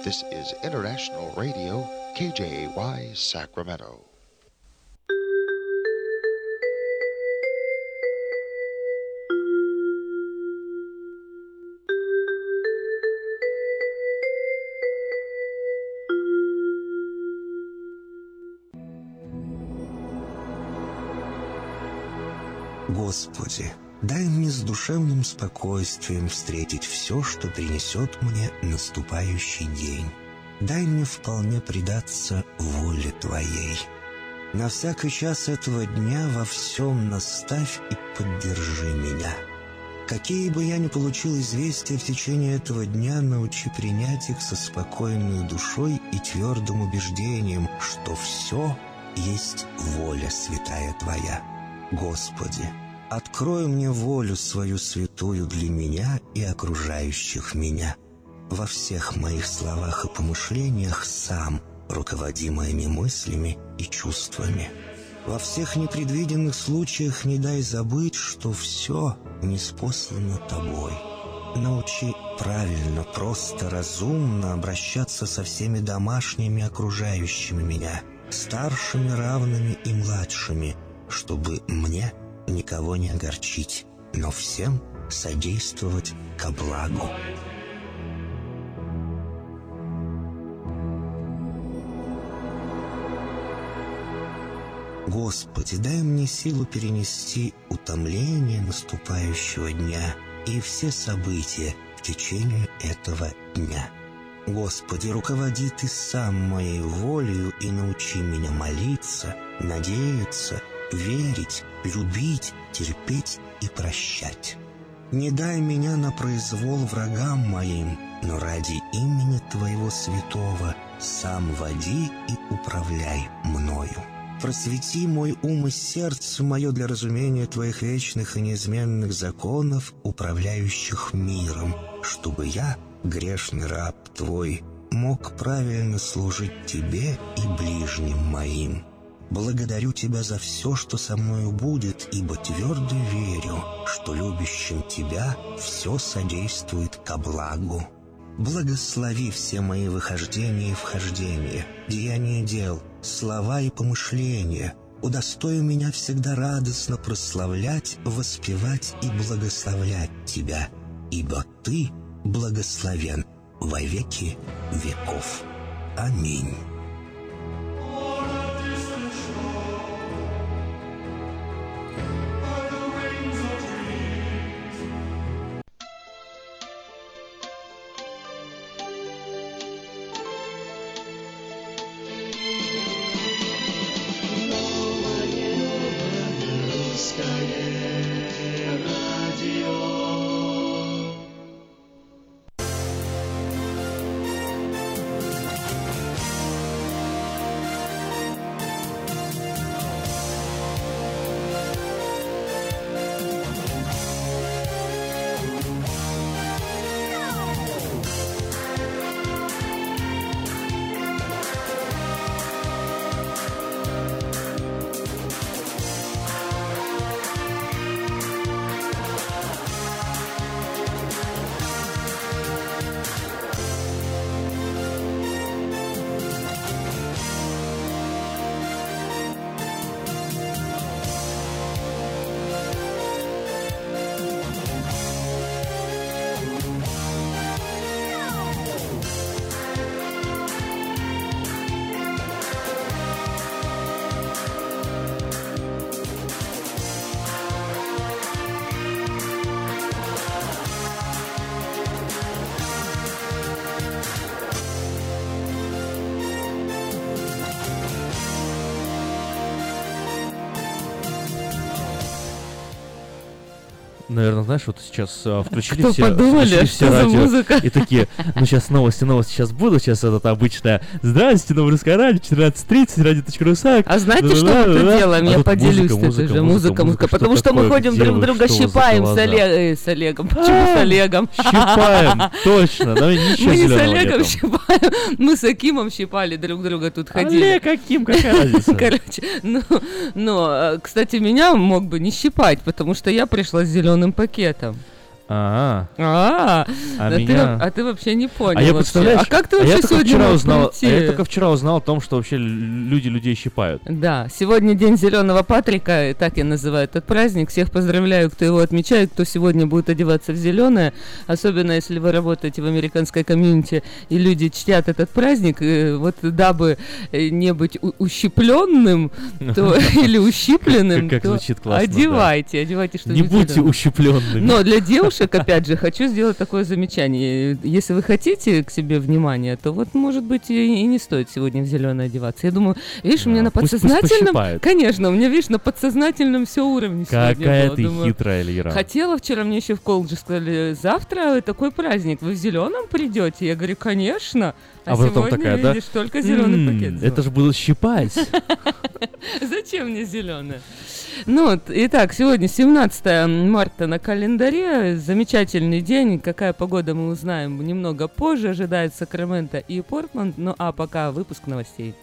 This is International Radio, KJY, Sacramento. Господи, дай мне с душевным спокойствием встретить все, что принесет мне наступающий день. Дай мне вполне предаться воле Твоей. На всякий час этого дня во всем наставь и поддержи меня. Какие бы я ни получил известия в течение этого дня, научи принять их со спокойной душой и твердым убеждением, что все есть воля святая Твоя. Господи, открой мне волю свою святую для меня и окружающих меня. Во всех моих словах и помышлениях сам руководи моими мыслями и чувствами. Во всех непредвиденных случаях не дай забыть, что все ниспослано Тобой. Научи правильно, просто, разумно обращаться со всеми домашними окружающими меня, старшими, равными и младшими, чтобы мне никого не огорчить, но всем содействовать ко благу. Господи, дай мне силу перенести утомление наступающего дня и все события в течение этого дня. Господи, руководи Ты сам моей волею и научи меня молиться, надеяться, верить, любить, терпеть и прощать. Не дай меня на произвол врагам моим, но ради имени Твоего святого сам води и управляй мною. Просвети мой ум и сердце мое для разумения Твоих вечных и неизменных законов, управляющих миром, чтобы я, грешный раб Твой, мог правильно служить Тебе и ближним моим. Благодарю Тебя за все, что со мною будет, ибо твердо верю, что любящим Тебя все содействует ко благу. Благослови все мои выхождения и вхождения, деяния дел, слова и помышления. Удостой меня всегда радостно прославлять, воспевать и благословлять Тебя, ибо Ты благословен во веки веков. Аминь. Наверное, знаешь, вот сейчас включили Кто все, подумали, что за радио музыка? И такие, ну сейчас новости сейчас будут, сейчас это обычное «Здрасте, Новгородское радио, 14:30, радио.ру сайт». А знаете, что мы тут делаем? Я поделюсь этой же. Музыка. Потому что мы ходим друг друга щипаем с Олегом. Почему с Олегом? Щипаем, точно. Да, ничего мы не с зелёного Олегом нету. щипаем, мы с Акимом щипали друг друга, тут ходили. Олег, Аким, какая разница? Короче, кстати, меня мог бы не щипать, потому что я пришла с зеленым пакетом. А ты вообще не понял. Я представляешь? А как ты вообще сегодня мог прийти? Я только вчера узнал о том, что вообще люди людей щипают. Да, сегодня день Зеленого Патрика, так я называю этот праздник. Всех поздравляю, кто его отмечает, кто сегодня будет одеваться в зеленое. Особенно если вы работаете в американской комьюнити и люди чтят этот праздник, вот дабы не быть ущипленным или ущипленным, как звучит классно, одевайте что-нибудь. Не будьте ущипленными. Но для девушек, опять же, хочу сделать такое замечание. Если вы хотите к себе внимания, то вот, может быть, и не стоит сегодня в зеленое одеваться. Я думаю, видишь, у меня на подсознательном... Конечно, у меня, видишь, на подсознательном все уровне сегодня было. Какая ты хитрая, Эльвира. Хотела вчера, мне еще в колледже сказали, завтра такой праздник, вы в зеленом придете? Я говорю, конечно. А потом такая, видишь, только зеленый пакет. Это же будут щипать. Зачем мне зеленое? Ну, итак, сегодня 17 марта на календаре. Замечательный день. Какая погода, мы узнаем немного позже. Ожидает Сакраменто и Портленд. Ну, а пока выпуск новостей.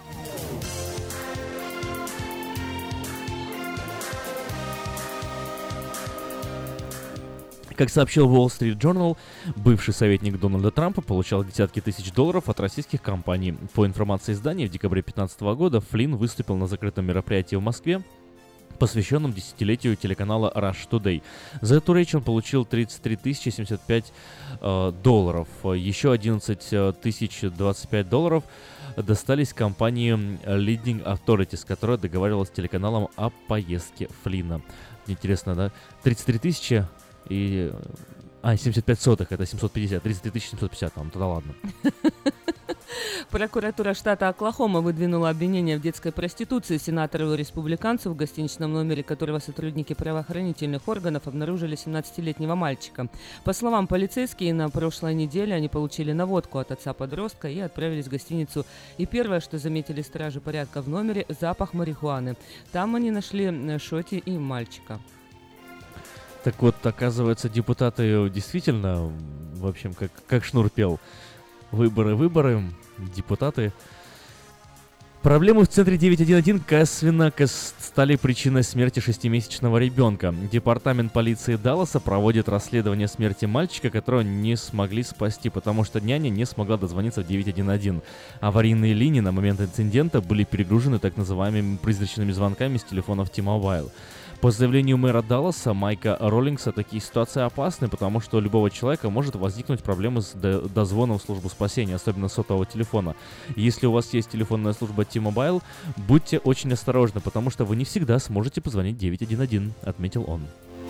Как сообщил Wall Street Journal, бывший советник Дональда Трампа получал десятки тысяч долларов от российских компаний. По информации издания, в декабре 2015 года Флинн выступил на закрытом мероприятии в Москве, посвященном десятилетию телеканала Rush Today. За эту речь он получил 33 075 долларов. Еще 11 025 долларов достались компании Leading Authorities, которая договаривалась с телеканалом о поездке Флинна. Интересно, да? 33 тысячи и... 75 сотых, это 750, 33 750, тогда ладно. Прокуратура штата Оклахома выдвинула обвинение в детской проституции сенатору-республиканцу, в гостиничном номере которого сотрудники правоохранительных органов обнаружили 17-летнего мальчика. По словам полицейских, на прошлой неделе они получили наводку от отца подростка и отправились в гостиницу. И первое, что заметили стражи порядка в номере – запах марихуаны. Там они нашли Шоти и мальчика. Так вот, оказывается, депутаты действительно, в общем, как Шнур пел, выборы, депутаты. Проблемы в центре 911 косвенно стали причиной смерти 6-месячного ребенка. Департамент полиции Далласа проводит расследование смерти мальчика, которого не смогли спасти, потому что няня не смогла дозвониться в 911. Аварийные линии на момент инцидента были перегружены так называемыми призрачными звонками с телефонов T-Mobile. По заявлению мэра Далласа Майка Роллингса, такие ситуации опасны, потому что у любого человека может возникнуть проблемы с дозвоном в службу спасения, особенно сотового телефона. Если у вас есть телефонная служба T-Mobile, будьте очень осторожны, потому что вы не всегда сможете позвонить 911, отметил он.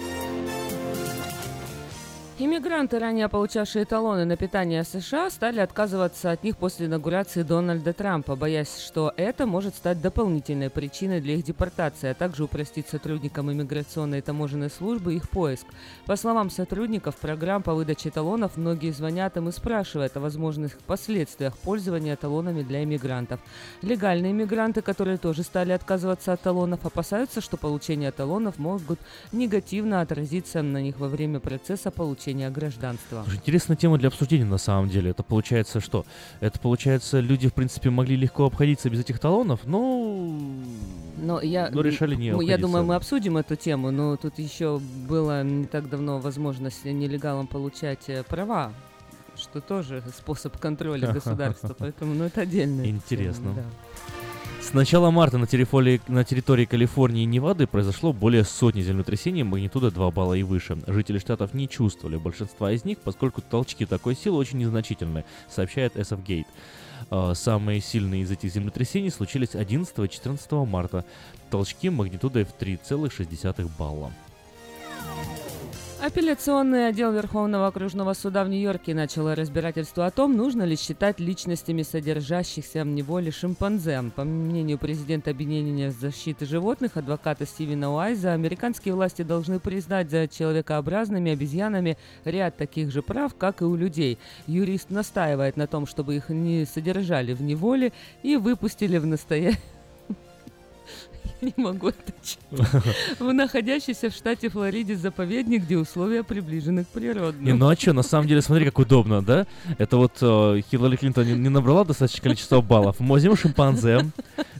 Иммигранты, ранее получавшие талоны на питание США, стали отказываться от них после инаугурации Дональда Трампа, боясь, что это может стать дополнительной причиной для их депортации, а также упростить сотрудникам иммиграционной и таможенной службы их поиск. По словам сотрудников программ по выдаче талонов, многие звонят им и спрашивают о возможных последствиях пользования талонами для иммигрантов. Легальные иммигранты, которые тоже стали отказываться от талонов, опасаются, что получение талонов могут негативно отразиться на них во время процесса получения гражданства. Интересная тема для обсуждения на самом деле. Это получается что? Это получается, люди в принципе могли легко обходиться без этих талонов, но решали не обходиться. Я думаю, мы обсудим эту тему, но тут еще было не так давно возможность нелегалам получать права, что тоже способ контроля государства, поэтому это отдельно. Интересно. Да. С начала марта на территории Калифорнии и Невады произошло более сотни землетрясений магнитудой 2 балла и выше. Жители штатов не чувствовали большинства из них, поскольку толчки такой силы очень незначительны, сообщает SF Gate. Самые сильные из этих землетрясений случились 11 и 14 марта. Толчки магнитудой в 3,6 балла. Апелляционный отдел Верховного окружного суда в Нью-Йорке начал разбирательство о том, нужно ли считать личностями содержащихся в неволе шимпанзе. По мнению президента Объединения защиты животных, адвоката Стивена Уайза, американские власти должны признать за человекообразными обезьянами ряд таких же прав, как и у людей. Юрист настаивает на том, чтобы их не содержали в неволе и выпустили в настоящее... Не могу это читать. В находящийся в штате Флориде заповедник, где условия приближены к природным. Ну а что, на самом деле, смотри, как удобно, да? Это вот Хиллари Клинтон не набрала достаточное количество баллов. Мы возьмем шимпанзе,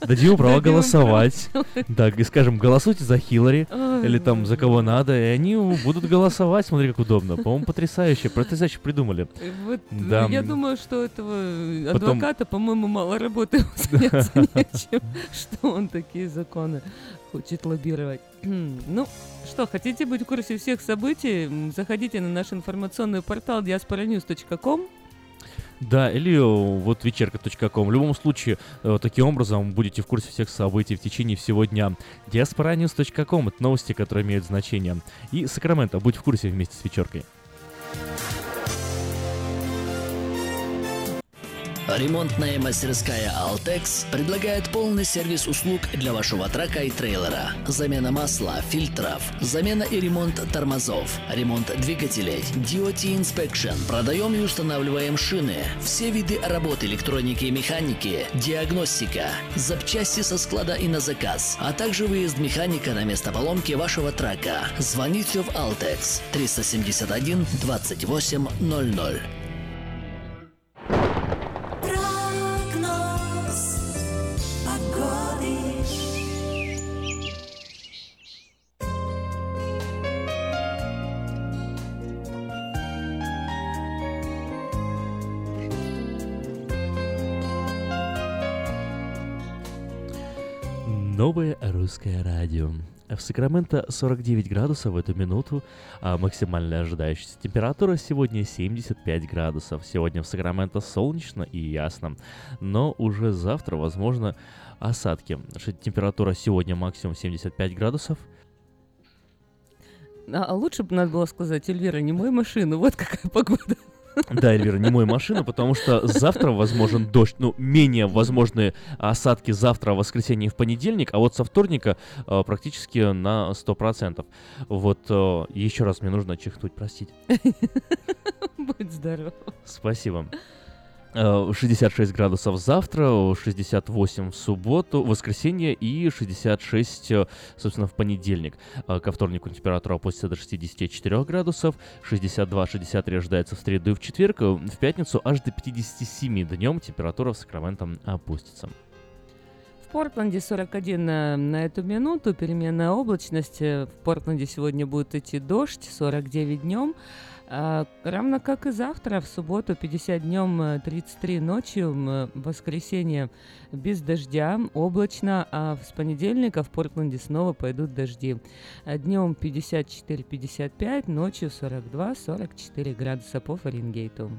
Дадим им право голосовать. Да, и скажем, голосуйте за Хиллари или там за кого надо, и они будут голосовать, смотри, как удобно. По-моему, потрясающе придумали. Вот, Да. я думаю, что этого адвоката, по-моему, мало работы заняться нечем, что он такие законы хочет лоббировать. Ну, что, хотите быть в курсе всех событий? Заходите на наш информационный портал diasporanews.com. Да, или вот вечерка.ком. В любом случае, таким образом будете в курсе всех событий в течение всего дня. diasporanews.com — это новости, которые имеют значение. И Сакраменто, будь в курсе вместе с вечеркой. Ремонтная мастерская Altex предлагает полный сервис услуг для вашего трака и трейлера. Замена масла, фильтров, замена и ремонт тормозов, ремонт двигателей, DOT Inspection. Продаем и устанавливаем шины, все виды работ электроники и механики, диагностика, запчасти со склада и на заказ, а также выезд механика на место поломки вашего трака. Звоните в Altex 371 28 00. Новое русское радио. В Сакраменто 49 градусов в эту минуту, а максимальная ожидающаяся температура сегодня 75 градусов. Сегодня в Сакраменто солнечно и ясно, но уже завтра, возможно, осадки. Температура сегодня максимум 75 градусов. А лучше бы надо было сказать: Эльвира, не мой машину, вот какая погода. Да, Эльвира, не мой машина, потому что завтра возможен дождь, менее возможные осадки завтра, в воскресенье и в понедельник, а вот со вторника практически на 100%. Вот еще раз мне нужно чихнуть, простите. Будь здоров. Спасибо. 66 градусов завтра, 68 в субботу, в воскресенье и 66, собственно, в понедельник. Ко вторнику температура опустится до 64 градусов, 62-63 ожидается в среду и в четверг, в пятницу аж до 57 днем температура в Сакраменто опустится. В Портленде 41 на эту минуту, переменная облачность. В Портленде сегодня будет идти дождь, 49 днем. Равно как и завтра, в субботу 50 днем, 33 ночью, в воскресенье без дождя, облачно, а с понедельника в Портленде снова пойдут дожди. Днем 54-55, ночью 42-44 градуса по Фаренгейту.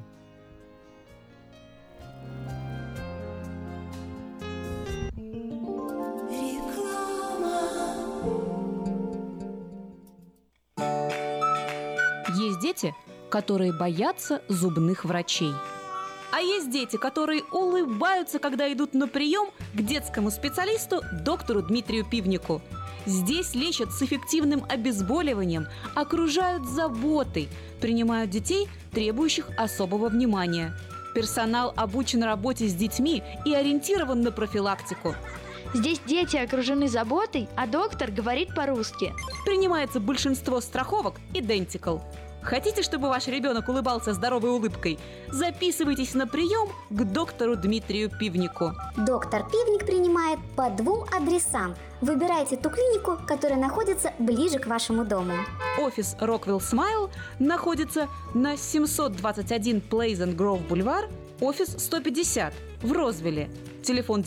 Есть дети, которые боятся зубных врачей. А есть дети, которые улыбаются, когда идут на прием к детскому специалисту доктору Дмитрию Пивнику. Здесь лечат с эффективным обезболиванием, окружают заботой, принимают детей, требующих особого внимания. Персонал обучен работе с детьми и ориентирован на профилактику. Здесь дети окружены заботой, а доктор говорит по-русски. Принимается большинство страховок Identical. Хотите, чтобы ваш ребенок улыбался здоровой улыбкой? Записывайтесь на прием к доктору Дмитрию Пивнику. Доктор Пивник принимает по 2 адресам. Выбирайте ту клинику, которая находится ближе к вашему дому. Офис Rockwell Smile находится на 721 Pleasant Grove Boulevard, офис 150 в Розвилле. Телефон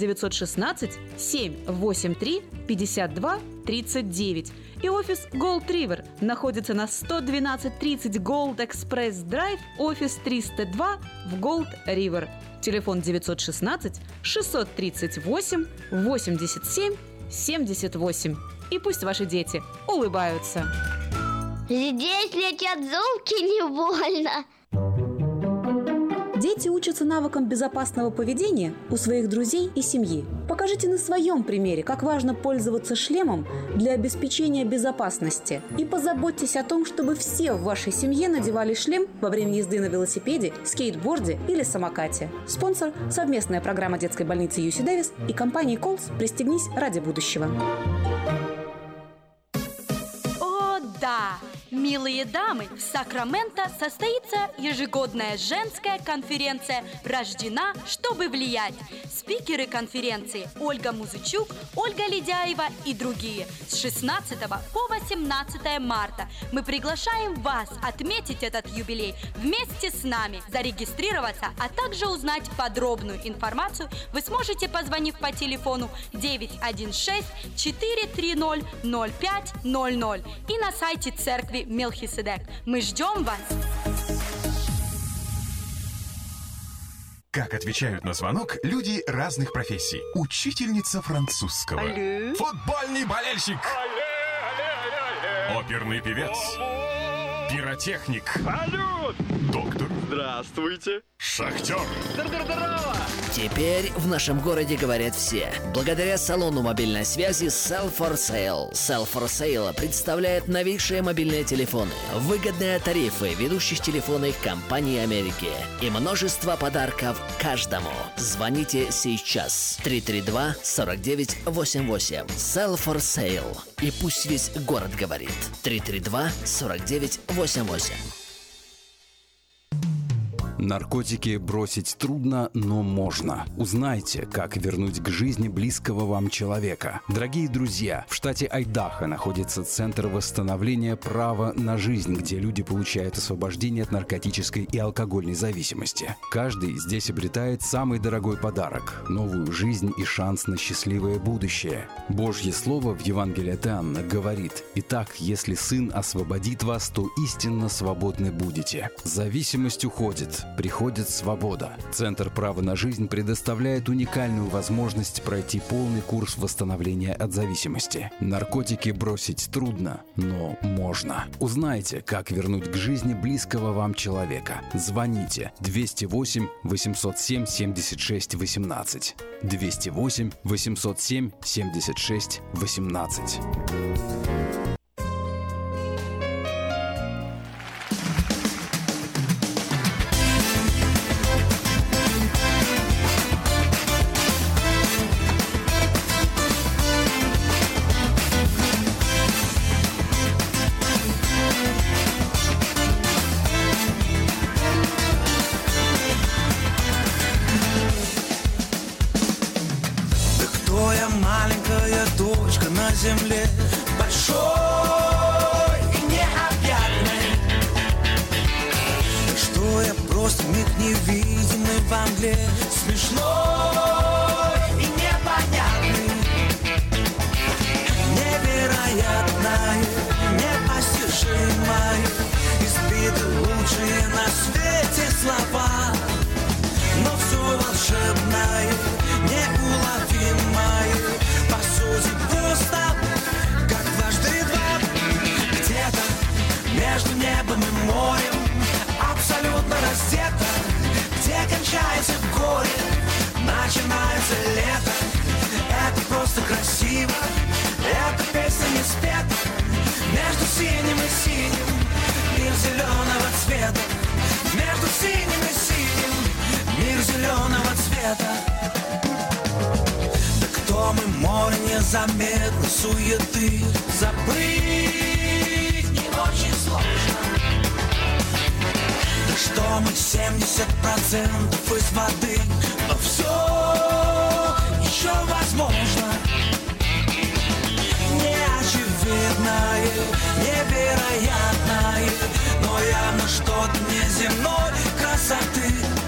916-783-52-39. И офис Gold River находится на 11230 Gold Express Drive, офис 302 в Gold River. Телефон 916-638-87-78. И пусть ваши дети улыбаются. Здесь летят зубки, не больно. Дети учатся навыкам безопасного поведения у своих друзей и семьи. Покажите на своем примере, как важно пользоваться шлемом для обеспечения безопасности. И позаботьтесь о том, чтобы все в вашей семье надевали шлем во время езды на велосипеде, скейтборде или самокате. Спонсор – совместная программа детской больницы UC Дэвис и компании Колс «Пристегнись ради будущего». О, да! Милые дамы, в Сакраменто состоится ежегодная женская конференция «Рождена, чтобы влиять». Спикеры конференции Ольга Музычук, Ольга Ледяева и другие. С 16 по 18 марта мы приглашаем вас отметить этот юбилей вместе с нами. Зарегистрироваться, а также узнать подробную информацию вы сможете, позвонив по телефону 916-430-0500 и на сайте церкви Мелхиседек. Мы ждем вас! Как отвечают на звонок люди разных профессий. Учительница французского. Алле. Футбольный болельщик. Алле. Оперный певец. Пиротехник. Салют! Доктор. Здравствуйте. Шахтер. Здорово! Теперь в нашем городе говорят все. Благодаря салону мобильной связи Sell for Sale. Sell for Sale представляет новейшие мобильные телефоны, выгодные тарифы ведущих телефонных компаний Америки и множество подарков каждому. Звоните сейчас. 332-4988. Sell for Sale. И пусть весь город говорит. 332-4988. Наркотики бросить трудно, но можно. Узнайте, как вернуть к жизни близкого вам человека. Дорогие друзья, в штате Айдахо находится Центр восстановления права на жизнь, где люди получают освобождение от наркотической и алкогольной зависимости. Каждый здесь обретает самый дорогой подарок – новую жизнь и шанс на счастливое будущее. Божье Слово в Евангелии от Иоанна говорит: «Итак, если Сын освободит вас, то истинно свободны будете». Зависимость уходит. Приходит свобода. Центр права на жизнь предоставляет уникальную возможность пройти полный курс восстановления от зависимости. Наркотики бросить трудно, но можно. Узнайте, как вернуть к жизни близкого вам человека. Звоните 208 807 76 18. 208 807 76 18. Земле большой и необъятной, что я просто миг невидимый во мгле, смешной и непонятный, невероятное, непостижимое, избиты лучшие на свете слова, но все волшебное, неуловимое, по сути просто как дважды два. Где-то между небом и морем, абсолютно раздето, где кончается горе, начинается лето. Это просто красиво, эта песня не спета. Между синим и синим мир зеленого цвета. Между синим и синим мир зеленого цвета. Кто мы, море незаметно суеты, забыть не очень сложно. Да что мы 70% из воды, но все еще возможно. Неочевидное, невероятное, но явно что-то неземной красоты.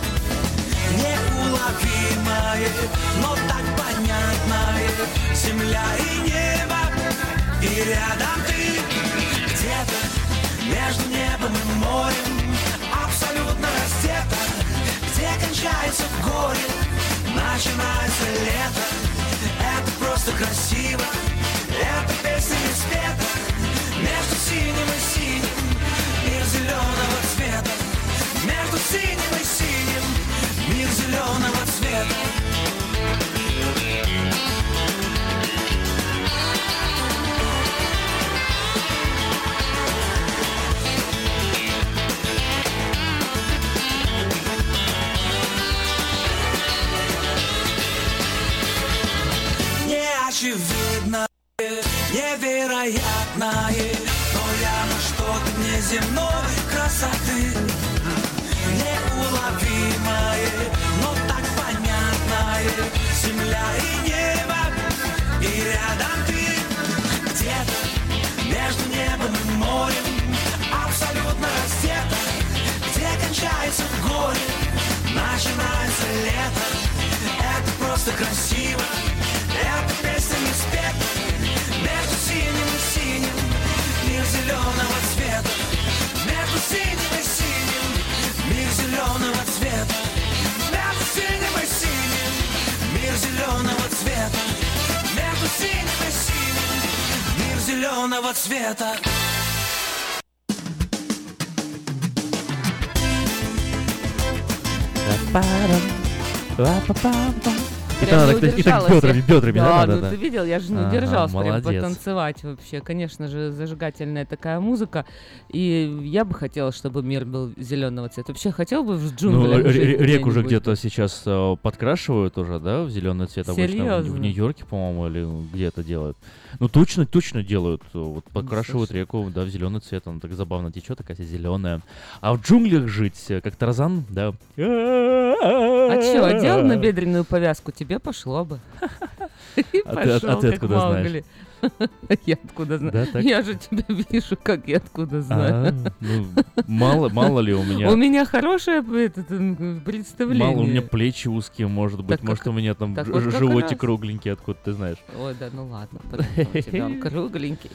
Неуловимое, но так понятное, земля и небо, и рядом ты. Где-то между небом и морем, абсолютно раздето, где кончается горе, начинается лето. Это просто красиво, эта песня не спета. Между синим и синим мир зеленого цвета. Между синим и синим мир зеленого цвета. Неочевидное, невероятное, но явно что-то не неземной красоты. Неуловимое, но так понятное. Земля и небо, и рядом ты. Где-то между небом и морем абсолютно раздета. Где кончается горе, начинается лето. Это просто красиво, это песня не спета. Между синим и синим мир зеленого цвета. Между синим и синим мир зеленого цвета. Между синим и синим мир зеленого цвета. Между синим и синим мир зеленого цвета. И так бедрами, да? Да, ну ты видел, я же не удержался прям потанцевать вообще. Конечно же, зажигательная такая музыка. И я бы хотела, чтобы мир был зеленого цвета. Вообще хотел бы в джунглях жить реку же где-то сейчас подкрашивают уже, да, в зеленый цвет. Серьезно? Обычно в Нью-Йорке, по-моему, или где это делают. Ну точно делают. Вот подкрашивают реку, да, в зеленый цвет. Она так забавно течет, такая вся зеленая. А в джунглях жить, как Тарзан, да. А что, одел набедренную повязку, тебе пошло бы. А ты откуда знаешь? Я откуда знаю? Я же тебя вижу, как я откуда знаю. Мало ли у меня... У меня хорошее представление. Мало, у меня плечи узкие, может быть. Может, у меня там животик кругленький, откуда ты знаешь. Ой, да, ну ладно, у тебя он кругленький.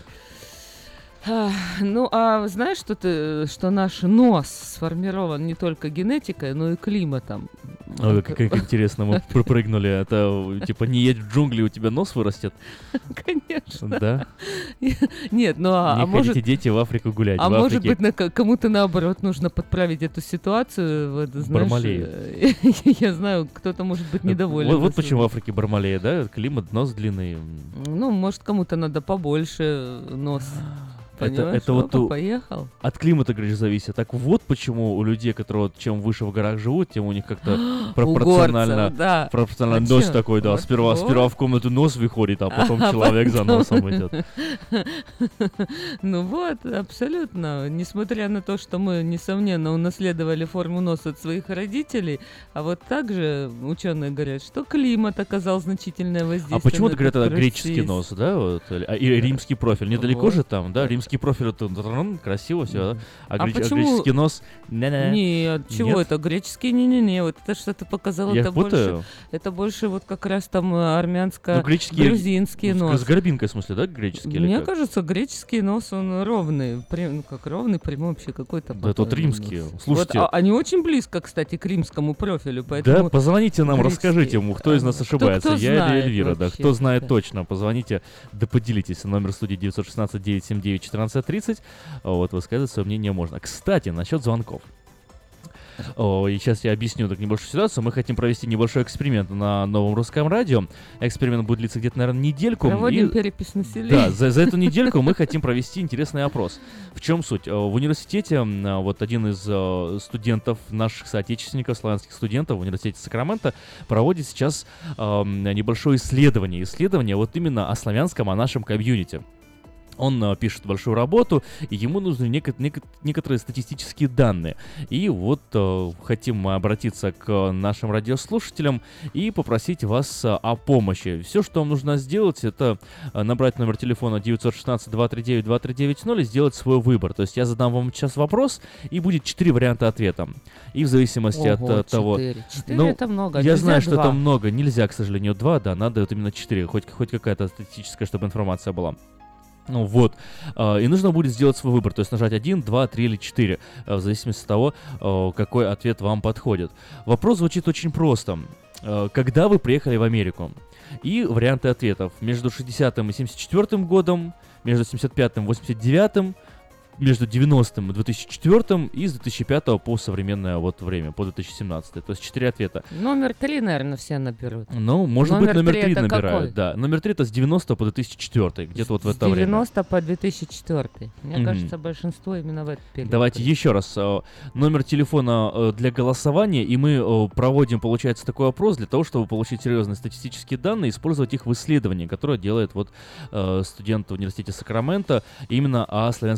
Ну, а знаешь, что наш нос сформирован не только генетикой, но и климатом? Ой, как интересно, мы пропрыгнули. Это, типа, не едь в джунгли, у тебя нос вырастет? Конечно. Да? Нет, ну а может... Не ходите, дети, в Африку гулять. А может быть, кому-то, наоборот, нужно подправить эту ситуацию? Бармалеет. Я знаю, кто-то может быть недоволен. Вот почему в Африке бармалеет, да? Климат, нос длинный. Ну, может, кому-то надо побольше нос. Это вот поехал. От климата, говоришь, зависит. Так вот почему у людей, которые вот, чем выше в горах живут, тем у них как-то пропорционально нос такой, да. Сперва в комнату нос выходит, а потом человек за носом идет. Ну вот, абсолютно. Несмотря на то, что мы, несомненно, унаследовали форму носа от своих родителей, а вот также ученые говорят, что климат оказал значительное воздействие. А почему-то говорят, это греческий нос, да? И римский профиль. Недалеко же там, да? Римский профиль, это красиво все, да? А греческий нос... Нет, чего это? Греческий не-не-не. Вот это что-то показало, это больше вот как раз там армянско-грузинский нос. С горбинкой, в смысле, да, греческий? Мне кажется, греческий нос, он ровный. Как ровный, прямой вообще какой-то. Да, тот римский. Слушайте. Они очень близко, кстати, к римскому профилю, поэтому... Да, позвоните нам, расскажите ему, кто из нас ошибается. Я или Эльвира, да. Кто знает точно, позвоните, да поделитесь. Номер студии 916-979-1430. Вот, высказать свое мнение можно. Кстати, насчет звонков. И сейчас я объясню так небольшую ситуацию. Мы хотим провести небольшой эксперимент на новом русском радио. Эксперимент будет длиться где-то, наверное, недельку. Проводим перепись населения. Да, за эту недельку мы хотим провести интересный опрос. В чем суть? В университете вот один из студентов, наших соотечественников, славянских студентов в университете Сакраменто проводит сейчас небольшое исследование. Исследование вот именно о славянском, о нашем комьюнити. Он пишет большую работу, и ему нужны некоторые статистические данные. И вот хотим мы обратиться к нашим радиослушателям и попросить вас о помощи. Все, что вам нужно сделать, это набрать номер телефона 916-239-2390 и сделать свой выбор. То есть я задам вам сейчас вопрос, и будет 4 варианта ответа. И в зависимости от того... 4 это много, я знаю, что это много. Нельзя, к сожалению, 2, да, надо вот именно 4. Хоть какая-то статистическая, чтобы информация была. Ну вот, и нужно будет сделать свой выбор, то есть нажать 1, 2, 3 или 4, в зависимости от того, какой ответ вам подходит. Вопрос звучит очень просто. Когда вы приехали в Америку? И варианты ответов: между 60-м и 74-м годом, между 75-м и 89-м, между 90-м и 2004-м и с 2005 по современное вот время, по 2017. То есть 4 ответа. Номер 3, наверное, все наберут. Ну, может быть, номер 3 набирают, какой? да. Номер 3 это с 90 по 2004, где-то вот в это время. С 90 по 2004. Мне кажется, большинство именно в этот период. Давайте еще раз. Номер телефона для голосования, и мы проводим, получается, такой опрос для того, чтобы получить серьезные статистические данные, использовать их в исследовании, которое делает вот студент в университете Сакраменто именно о славянском комьюнити.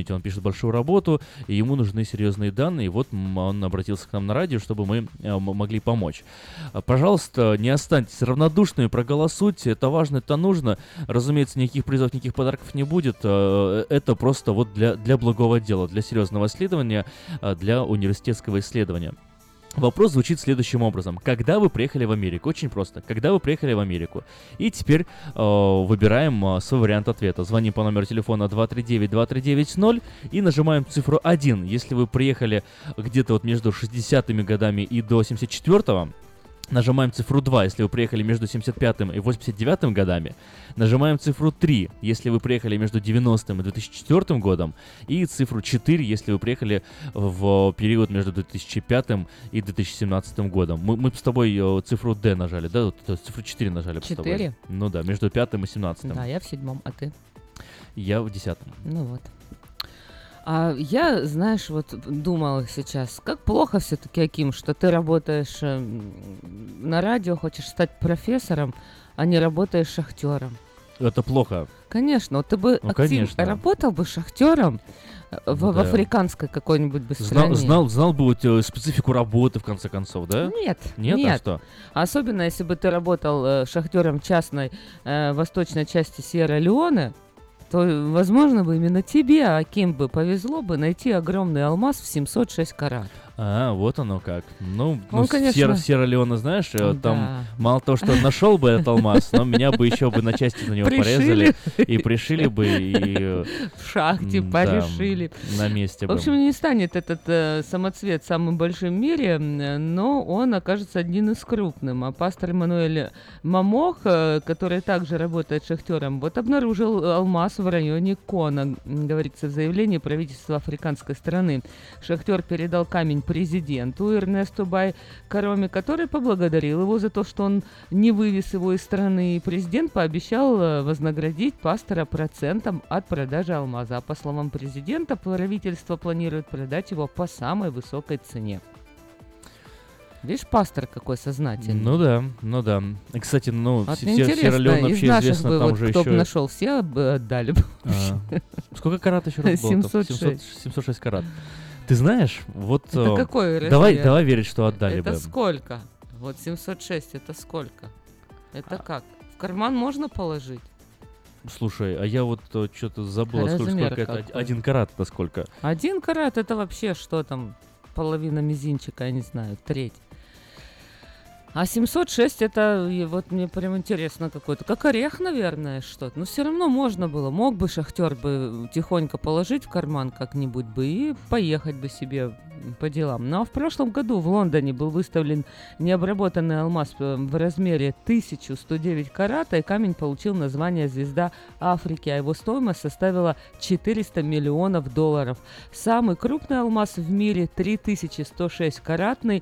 действительно, он пишет большую работу, и ему нужны серьезные данные, и вот он обратился к нам на радио, чтобы мы могли помочь. Пожалуйста, не останьтесь равнодушными, проголосуйте, это важно, это нужно. Разумеется, никаких призов, никаких подарков не будет, это просто вот для благого дела, для серьезного исследования, для университетского исследования. Вопрос звучит следующим образом. Когда вы приехали в Америку? Очень просто. Когда вы приехали в Америку? И теперь выбираем свой вариант ответа. Звоним по номеру телефона 239-2390 и нажимаем цифру 1. Если вы приехали где-то вот между 60-ми годами и до 74-го, нажимаем цифру 2, если вы приехали между 75-м и 89-м годами. Нажимаем цифру 3, если вы приехали между 90-м и 2004 годом. И цифру 4, если вы приехали в период между 2005 и 2017 годом. Мы с тобой цифру D нажали, да? Цифру 4 нажали. 4? С тобой. Ну да, между 5-м и 17-м. Да, я в 7-м, а ты? Я в 10-м. Ну вот. А я, знаешь, вот думала сейчас, как плохо все-таки, Аким, что ты работаешь на радио, хочешь стать профессором, а не работаешь шахтером. Это плохо. Конечно, вот ты бы, Аким, конечно. работал бы шахтером в африканской какой-нибудь бы стране. Знал бы вот специфику работы, в конце концов, да? Нет. А что? Особенно, если бы ты работал шахтером частной восточной части Сьерра-Леоне, то, возможно, бы именно тебе, Аким, бы повезло бы найти огромный алмаз в 706 карат. Вот оно как. Ну конечно... Сьерра-Леоне, знаешь, там мало того, что нашел бы этот алмаз, но меня бы еще бы на части на него порезали и пришили бы, и... В шахте порешили. На месте бы. В общем, не станет этот самоцвет самым большим в мире, но он окажется одним из крупным. А пастор Эммануэль Мамох, который также работает шахтером, вот обнаружил алмаз в районе Кона, говорится в заявлении правительства африканской страны. Шахтер передал камень президенту Эрнесту Бай Кароме, который поблагодарил его за то, что он не вывез его из страны. И президент пообещал вознаградить пастора процентом от продажи алмаза. А по словам президента, правительство планирует продать его по самой высокой цене. Видишь, пастор какой сознательный. Ну да. И, кстати, Сьерра-Леоне вообще известно, там же кто бы нашел, все отдали бы. Сколько карат еще раз было? 706 карат. Ты знаешь, вот... Это какой размер? Давай верить, что отдали бы. Это сколько? Вот 706, это сколько? Это как? В карман можно положить? Слушай, а я вот что-то забыл, сколько это. 1 карат это сколько? 1 карат это вообще что там? Половина мизинчика, я не знаю, треть. А 706 это, вот мне прям интересно какой-то, как орех, наверное, что-то. Но все равно можно было, мог бы шахтер бы тихонько положить в карман как-нибудь бы и поехать бы себе по делам. Но в прошлом году в Лондоне был выставлен необработанный алмаз в размере 1109 карат, и камень получил название «Звезда Африки», а его стоимость составила $400 миллионов. Самый крупный алмаз в мире 3106 каратный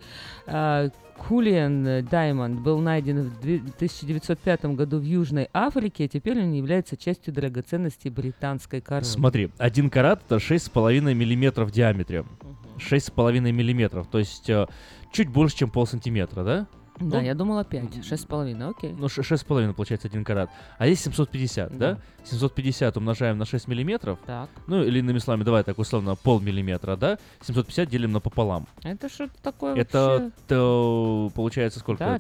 Кулиан Даймонд был найден в 1905 году в Южной Африке, и теперь он является частью драгоценностей британской короны. Смотри, 1 карат это 6,5 миллиметров в диаметре. 6,5 миллиметров, то есть чуть больше, чем полсантиметра, да? Да, я думала 5, 6,5, окей. Ну, 6,5 получается 1 карат. А здесь 750, да? 750 умножаем на 6 миллиметров. Так. Ну, или иными словами, давай так условно, полмиллиметра, да? 750 делим напополам. Это что-то такое это получается сколько? Да,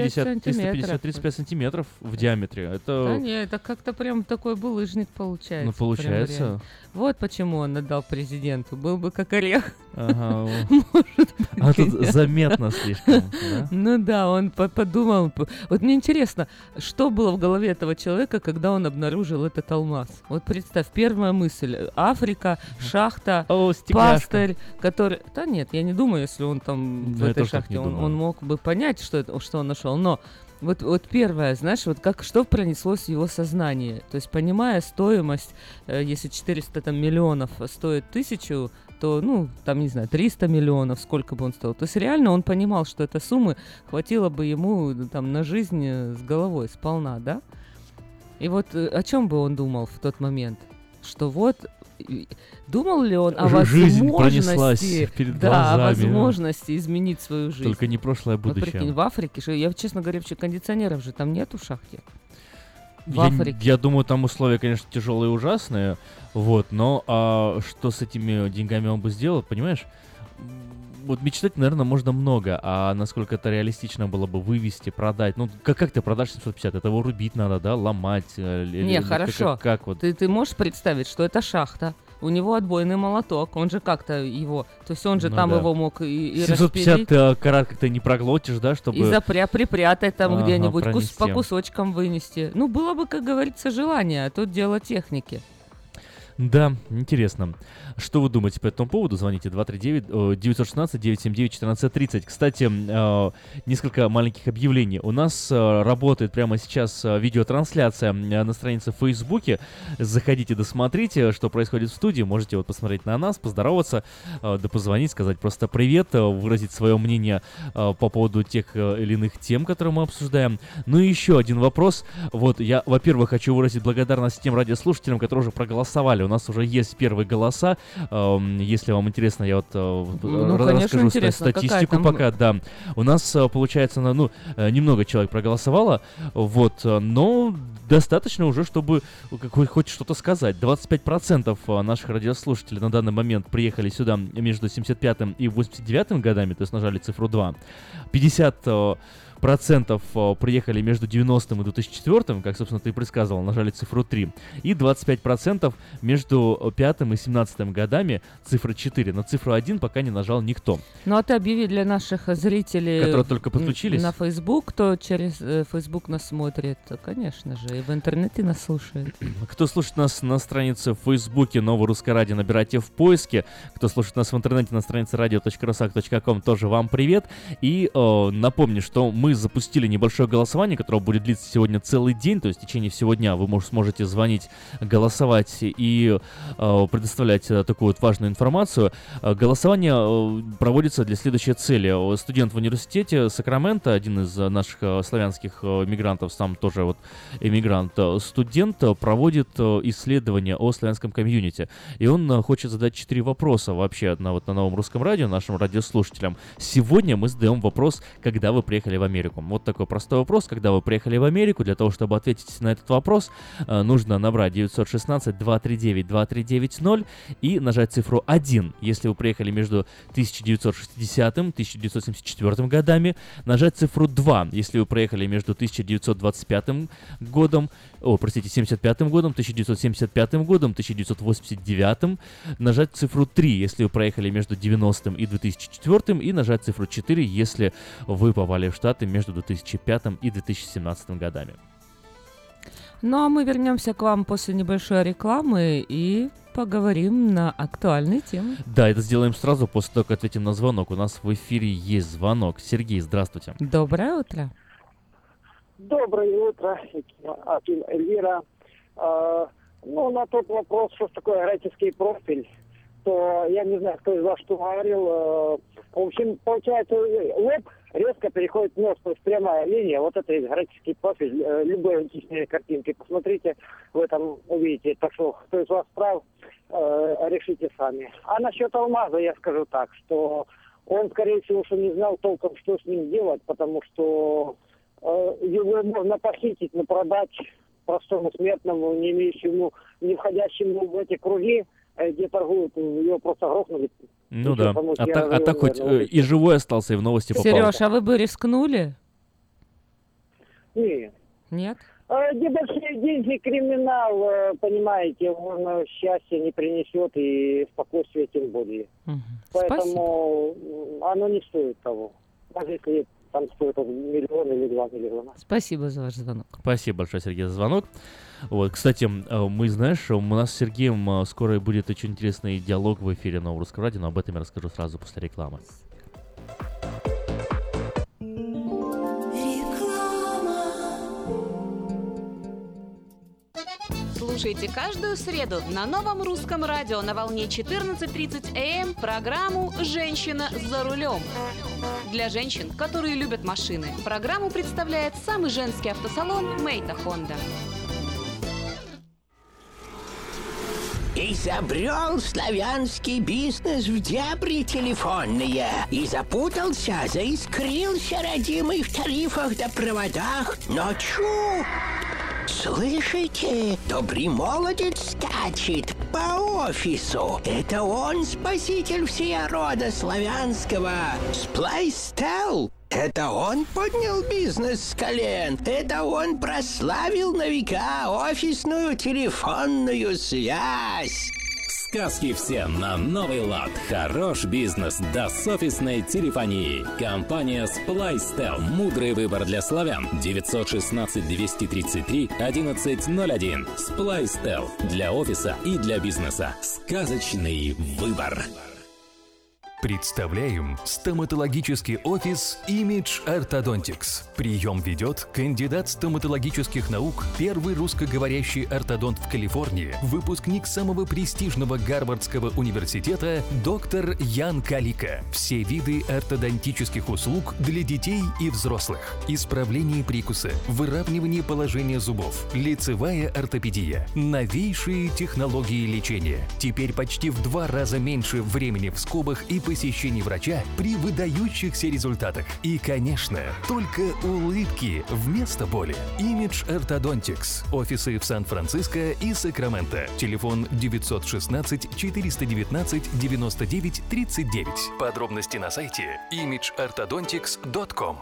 35 сантиметров в диаметре. Это... Да не, это как-то прям такой булыжник получается. Ну, получается. Вот почему он отдал президенту. Был бы как орех. Ага. А тут заметно слишком, да? Ну да, он подумал. Вот мне интересно, что было в голове этого человека, когда он обнаружил этот алмаз? Вот представь, первая мысль. Африка, шахта, пастырь, который... Да нет, я не думаю, если он там в этой шахте, он мог бы понять, что он нашел. Но вот первое, знаешь, вот что пронеслось в его сознание. То есть, понимая стоимость, если 400 миллионов стоит 1000, то, там, не знаю, 300 миллионов, сколько бы он стоил. То есть реально он понимал, что этой суммы хватило бы ему там на жизнь с головой сполна, да? И вот о чем бы он думал в тот момент? Что вот, думал ли он о возможности, перед глазами, о возможности изменить свою жизнь? Только не прошлое, а будущее. Вот прикинь, в Африке, я, честно говоря, вообще кондиционеров же там нет в шахте. в Африке. Я думаю, там условия, конечно, тяжелые и ужасные, вот, но что с этими деньгами он бы сделал, понимаешь? Вот мечтать, наверное, можно много, а насколько это реалистично было бы вывести, продать. Ну, как ты продашь 750? Это его рубить надо, да, ломать? Не, хорошо. Как вот? Ты можешь представить, что это шахта? У него отбойный молоток, он же как-то его... То есть он же там его мог и 750 карат как-то не проглотишь, да, чтобы... И припрятать там где-нибудь, по кусочкам вынести. Ну, было бы, как говорится, желание, а тут дело техники. Да, интересно. Что вы думаете по этому поводу? Звоните 239-916-979-1430. Кстати, несколько маленьких объявлений. У нас работает прямо сейчас видеотрансляция на странице в Фейсбуке. Заходите, досмотрите, что происходит в студии. Можете вот посмотреть на нас, поздороваться, да позвонить, сказать просто привет, выразить свое мнение по поводу тех или иных тем, которые мы обсуждаем. Ну и еще один вопрос. Вот я, во-первых, хочу выразить благодарность тем радиослушателям, которые уже проголосовали. У нас уже есть первые голоса. Если вам интересно, я вот расскажу статистику пока. Да. У нас, получается, немного человек проголосовало, вот, но достаточно уже, чтобы хоть что-то сказать. 25% наших радиослушателей на данный момент приехали сюда между 75-м и 89-м годами, то есть нажали цифру 2. 50% приехали между 90-м и 2004-м, как, собственно, ты и предсказывал, нажали цифру 3. И 25% между 5-м и 17-м годами цифра 4. На цифру 1 пока не нажал никто. Ну, а ты объяви для наших зрителей, которые только подключились, на Facebook, кто через Facebook нас смотрит, конечно же, и в интернете нас слушает. Кто слушает нас на странице в Фейсбуке Новое Русское Радио, набирайте в поиске. Кто слушает нас в интернете на странице radio.rusak.com, тоже вам привет. И напомню, что мы запустили небольшое голосование, которое будет длиться сегодня целый день, то есть в течение всего дня вы сможете звонить, голосовать и предоставлять такую вот важную информацию. Голосование проводится для следующей цели. Студент в университете Сакраменто, один из наших славянских мигрантов, сам тоже вот эмигрант, студент, проводит исследование о славянском комьюнити. И он хочет задать 4 вопроса вообще на Новом Русском Радио, нашим радиослушателям. Сегодня мы задаем вопрос, когда вы приехали в Америку. Вот такой простой вопрос. Когда вы приехали в Америку, для того, чтобы ответить на этот вопрос, нужно набрать 916-239-2390 и нажать цифру 1. Если вы приехали между 1960 и 1974 годами, нажать цифру 2. Если вы приехали между 1925 годом, 75 годом, 1975 годом, 1989, нажать цифру 3, если вы проехали между 90 и 2004, и нажать цифру 4, если вы попали в Штаты между 2005 и 2017 годами. Ну а мы вернемся к вам после небольшой рекламы и поговорим на актуальные темы. Да, это сделаем сразу после того, как ответим на звонок. У нас в эфире есть звонок. Сергей, здравствуйте. Доброе утро. Доброе утро, Эльвира. На тот вопрос, что такое греческий профиль, то я не знаю, кто из вас что говорил. В общем, получается, лоб резко переходит в нос, то есть прямая линия, вот это и греческий профиль. Любые античные картинки посмотрите, вы там увидите. Так что, кто из вас прав, решите сами. А насчет алмаза я скажу так, что он, скорее всего, что не знал толком, что с ним делать, потому что его можно похитить, но продать простому смертному, не имеющему, не входящему в эти круги, где торгуют, его просто грохнули. Ну да, а так хоть и живой остался, и в новости попал. Сереж, а вы бы рискнули? Нет. Нет? Где большие деньги, криминал, понимаете, он счастья не принесет и спокойствия тем более. Поэтому оно не стоит того. Даже если там стоит 1 миллион или 2 миллиона. Спасибо за ваш звонок. Спасибо большое, Сергей, за звонок. Вот, кстати, мы, знаешь, у нас с Сергеем скоро будет очень интересный диалог в эфире Нового Русского Радио, но об этом я расскажу сразу после рекламы. Слушайте каждую среду на Новом Русском Радио на волне 14:30 АМ программу «Женщина за рулем». Для женщин, которые любят машины, программу представляет самый женский автосалон «Мейта Хонда». Изобрел славянский бизнес в дебри телефонные и запутался, заискрился родимый в тарифах да проводах. Но чу! Слышите? Добрый молодец скачет по офису. Это он спаситель всея рода славянского. Сплайстел. Это он поднял бизнес с колен. Это он прославил на века офисную телефонную связь. Сказки все на новый лад. Хорош бизнес да с офисной телефонии. Компания Splystel. Мудрый выбор для славян. 916-233-1101. Splystel. Для офиса и для бизнеса. Сказочный выбор. Представляем стоматологический офис Image Orthodontics. Прием ведет кандидат стоматологических наук, первый русскоговорящий ортодонт в Калифорнии, выпускник самого престижного Гарвардского университета доктор Ян Калика. Все виды ортодонтических услуг для детей и взрослых. Исправление прикуса, выравнивание положения зубов, лицевая ортопедия, новейшие технологии лечения. Теперь почти в 2 раза меньше времени в скобах и посещений врача при выдающихся результатах. И, конечно, только улыбки вместо боли. Image Orthodontics. Офисы в Сан-Франциско и Сакраменто. Телефон 916-419-99-39. Подробности на сайте imageorthodontics.com.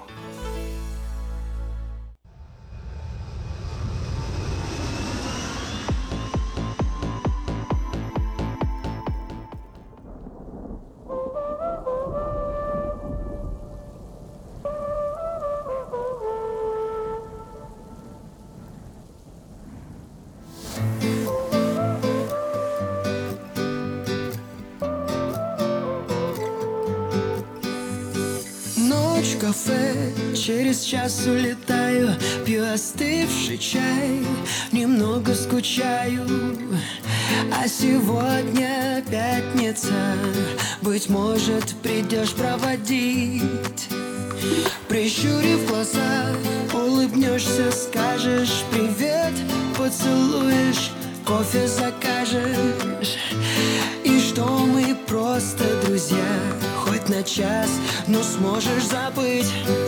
В кафе через час улетаю, пью остывший чай, немного скучаю. А сегодня пятница, быть может, придешь проводить. Прищурив глаза, улыбнешься, скажешь привет, поцелуешь, кофе закажешь. И что мы просто друзья, хоть на час, но сможешь забыть.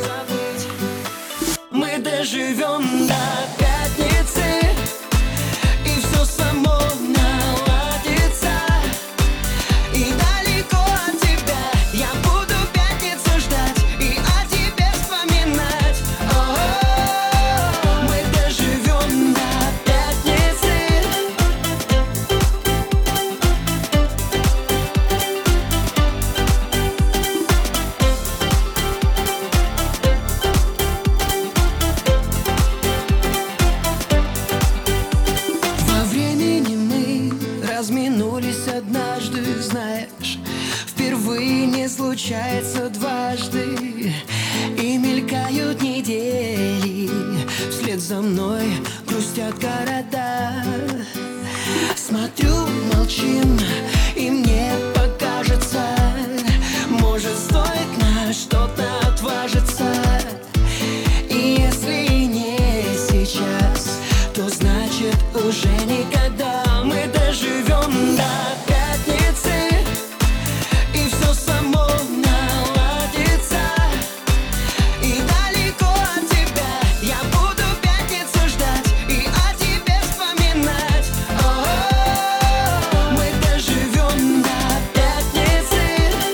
Мы доживем до пятницы, и все само наладится. И далеко от тебя я буду пятницу ждать и о тебе вспоминать. Мы доживем до пятницы. Во времени мы разминулись однажды, знаешь, впервые не случается дважды. И мелькают недели, вслед за мной грустят города. Смотрю, молчим, и мне покажется, может, стоит на что-то отважиться. И если не сейчас, то значит уже никогда. Мы доживем до пятницы, и все само наладится. И далеко от тебя я буду пятницу ждать и о тебе вспоминать. Мы доживем до пятницы.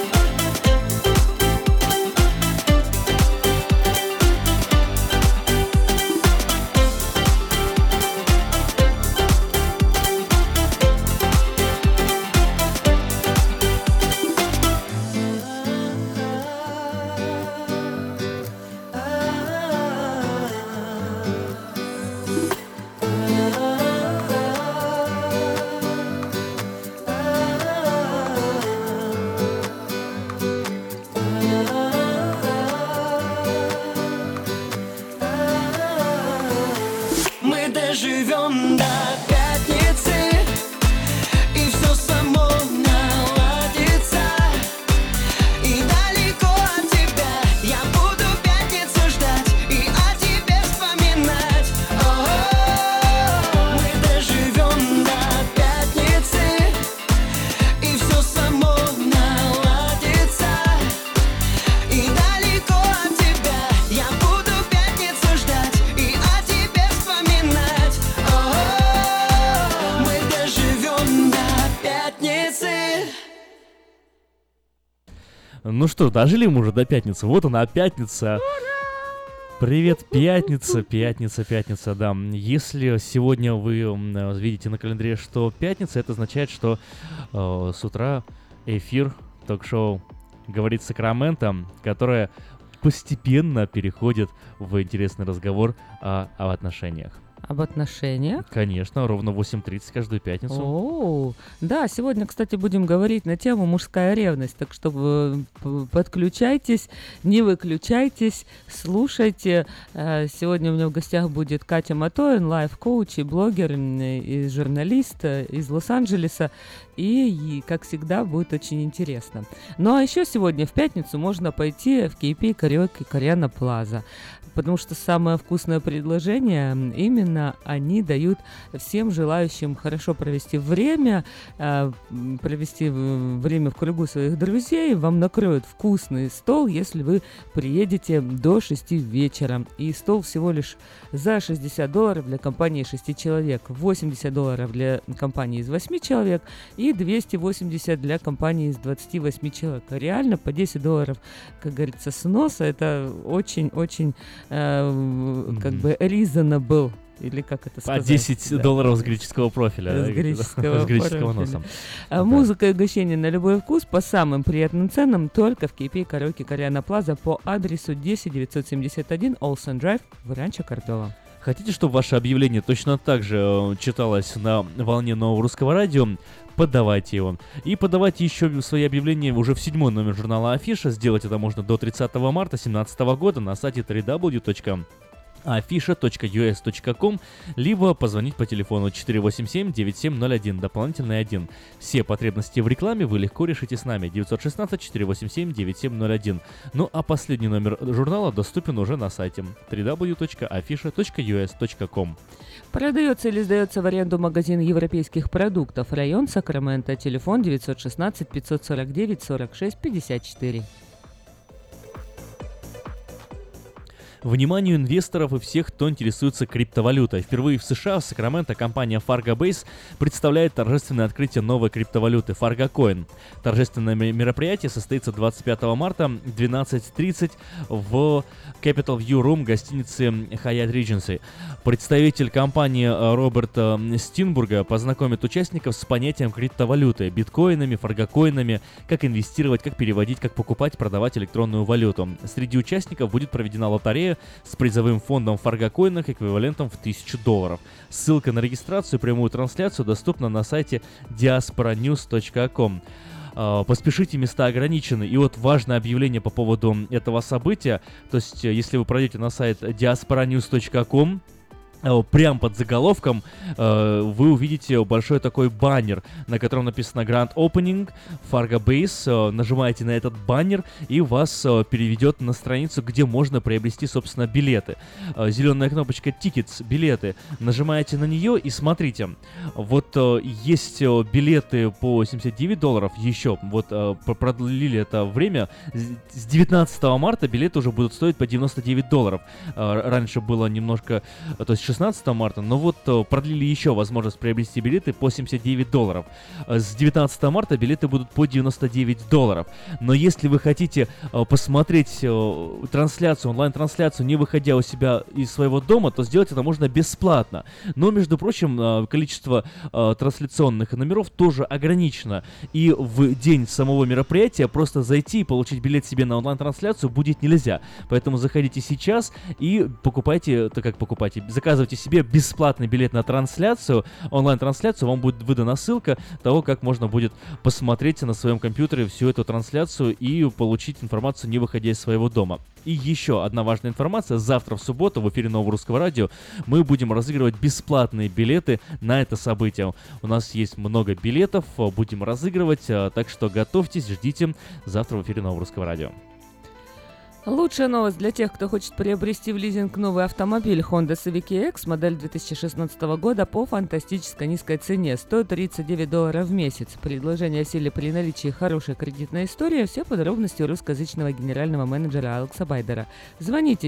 Мы доживем до пятницы, и все само наладится. И далеко от тебя я буду пятницу ждать и о тебе вспоминать. Мы доживем до пятницы, и все само наладится. И далеко от тебя я буду пятницу ждать и о тебе вспоминать. Ну что, дожили мы уже до пятницы. Вот она, пятница. Привет, пятница, да. Если сегодня вы видите на календаре, что пятница, это означает, что с утра эфир ток-шоу «Говорит Сакраменто», которое постепенно переходит в интересный разговор об отношениях. Об отношениях? Конечно, ровно в 8:30 каждую пятницу. О, да, сегодня, кстати, будем говорить на тему «Мужская ревность», так что подключайтесь, не выключайтесь, слушайте. Сегодня у меня в гостях будет Катя Матоин, лайф-коуч и блогер, и журналист из Лос-Анджелеса, и, как всегда, будет очень интересно. Ну, а еще сегодня, в пятницу, можно пойти в KP Караоке Кориана Плаза, потому что самое вкусное предложение, именно они дают всем желающим хорошо провести время в кругу своих друзей. Вам накроют вкусный стол, если вы приедете до 6 вечера. И стол всего лишь за $60 для компании 6 человек, $80 для компании из 8 человек и $280 для компании из 28 человек. Реально по $10, как говорится, с носа. Это очень-очень как бы reasonable, или как это сказать? По $10 с греческого профиля. С греческого носа. Музыка и угощение на любой вкус по самым приятным ценам только в KP Караоке Кориана Плаза по адресу 10971 Олсен Драйв в Ранчо Кордова. Хотите, чтобы ваше объявление точно так же читалось на волне Нового Русского Радио? Подавайте его. И подавайте еще свои объявления уже в 7-й номер журнала «Афиша». Сделать это можно до 30 марта 2017 года на сайте www.afisha.us.com, либо позвонить по телефону 487-9701, дополнительный 1. Все потребности в рекламе вы легко решите с нами. 916-487-9701. Ну а последний номер журнала доступен уже на сайте www.afisha.us.com. Продается или сдается в аренду магазин европейских продуктов, район Сакраменто, телефон 916-549-46-54. Вниманию инвесторов и всех, кто интересуется криптовалютой. Впервые в США в Сакраменто компания Fargo Base представляет торжественное открытие новой криптовалюты Fargo Coin. Торжественное мероприятие состоится 25 марта в 12:30 в Capital View Room гостиницы Hyatt Regency. Представитель компании Роберт Стинбурга познакомит участников с понятием криптовалюты, биткоинами, фаргокоинами, как инвестировать, как переводить, как покупать, продавать электронную валюту. Среди участников будет проведена лотерея с призовым фондом в фаргокоинах эквивалентом в $1000. Ссылка на регистрацию и прямую трансляцию доступна на сайте diasporanews.com. Поспешите, места ограничены. И вот важное объявление по поводу этого события. То есть, если вы пройдете на сайт diasporanews.com, прямо под заголовком вы увидите большой такой баннер, на котором написано Grand Opening, Fargo Base. Нажимаете на этот баннер, и вас переведет на страницу, где можно приобрести, собственно, билеты. Зеленая кнопочка Tickets, билеты. Нажимаете на нее и смотрите. Вот есть билеты по $79 еще. Вот продлили это время. С 19 марта билеты уже будут стоить по $99. Раньше было немножко... То есть 16 марта, но вот продлили еще возможность приобрести билеты по $79. С 19 марта билеты будут по $99. Но если вы хотите посмотреть трансляцию, онлайн-трансляцию, не выходя у себя из своего дома, то сделать это можно бесплатно. Но, между прочим, количество трансляционных номеров тоже ограничено. И в день самого мероприятия просто зайти и получить билет себе на онлайн-трансляцию будет нельзя. Поэтому заходите сейчас и заказывайте себе бесплатный билет на трансляцию, онлайн-трансляцию, вам будет выдана ссылка того, как можно будет посмотреть на своем компьютере всю эту трансляцию и получить информацию, не выходя из своего дома. И еще одна важная информация. Завтра в субботу в эфире Нового Русского Радио мы будем разыгрывать бесплатные билеты на это событие. У нас есть много билетов, будем разыгрывать, так что готовьтесь, ждите завтра в эфире Нового Русского Радио. Лучшая новость для тех, кто хочет приобрести в лизинг новый автомобиль Honda Civic EX, модель 2016 года по фантастически низкой цене – $139 в месяц. Предложение в силе при наличии хорошей кредитной истории. Все подробности у русскоязычного генерального менеджера Алекса Байдера. Звоните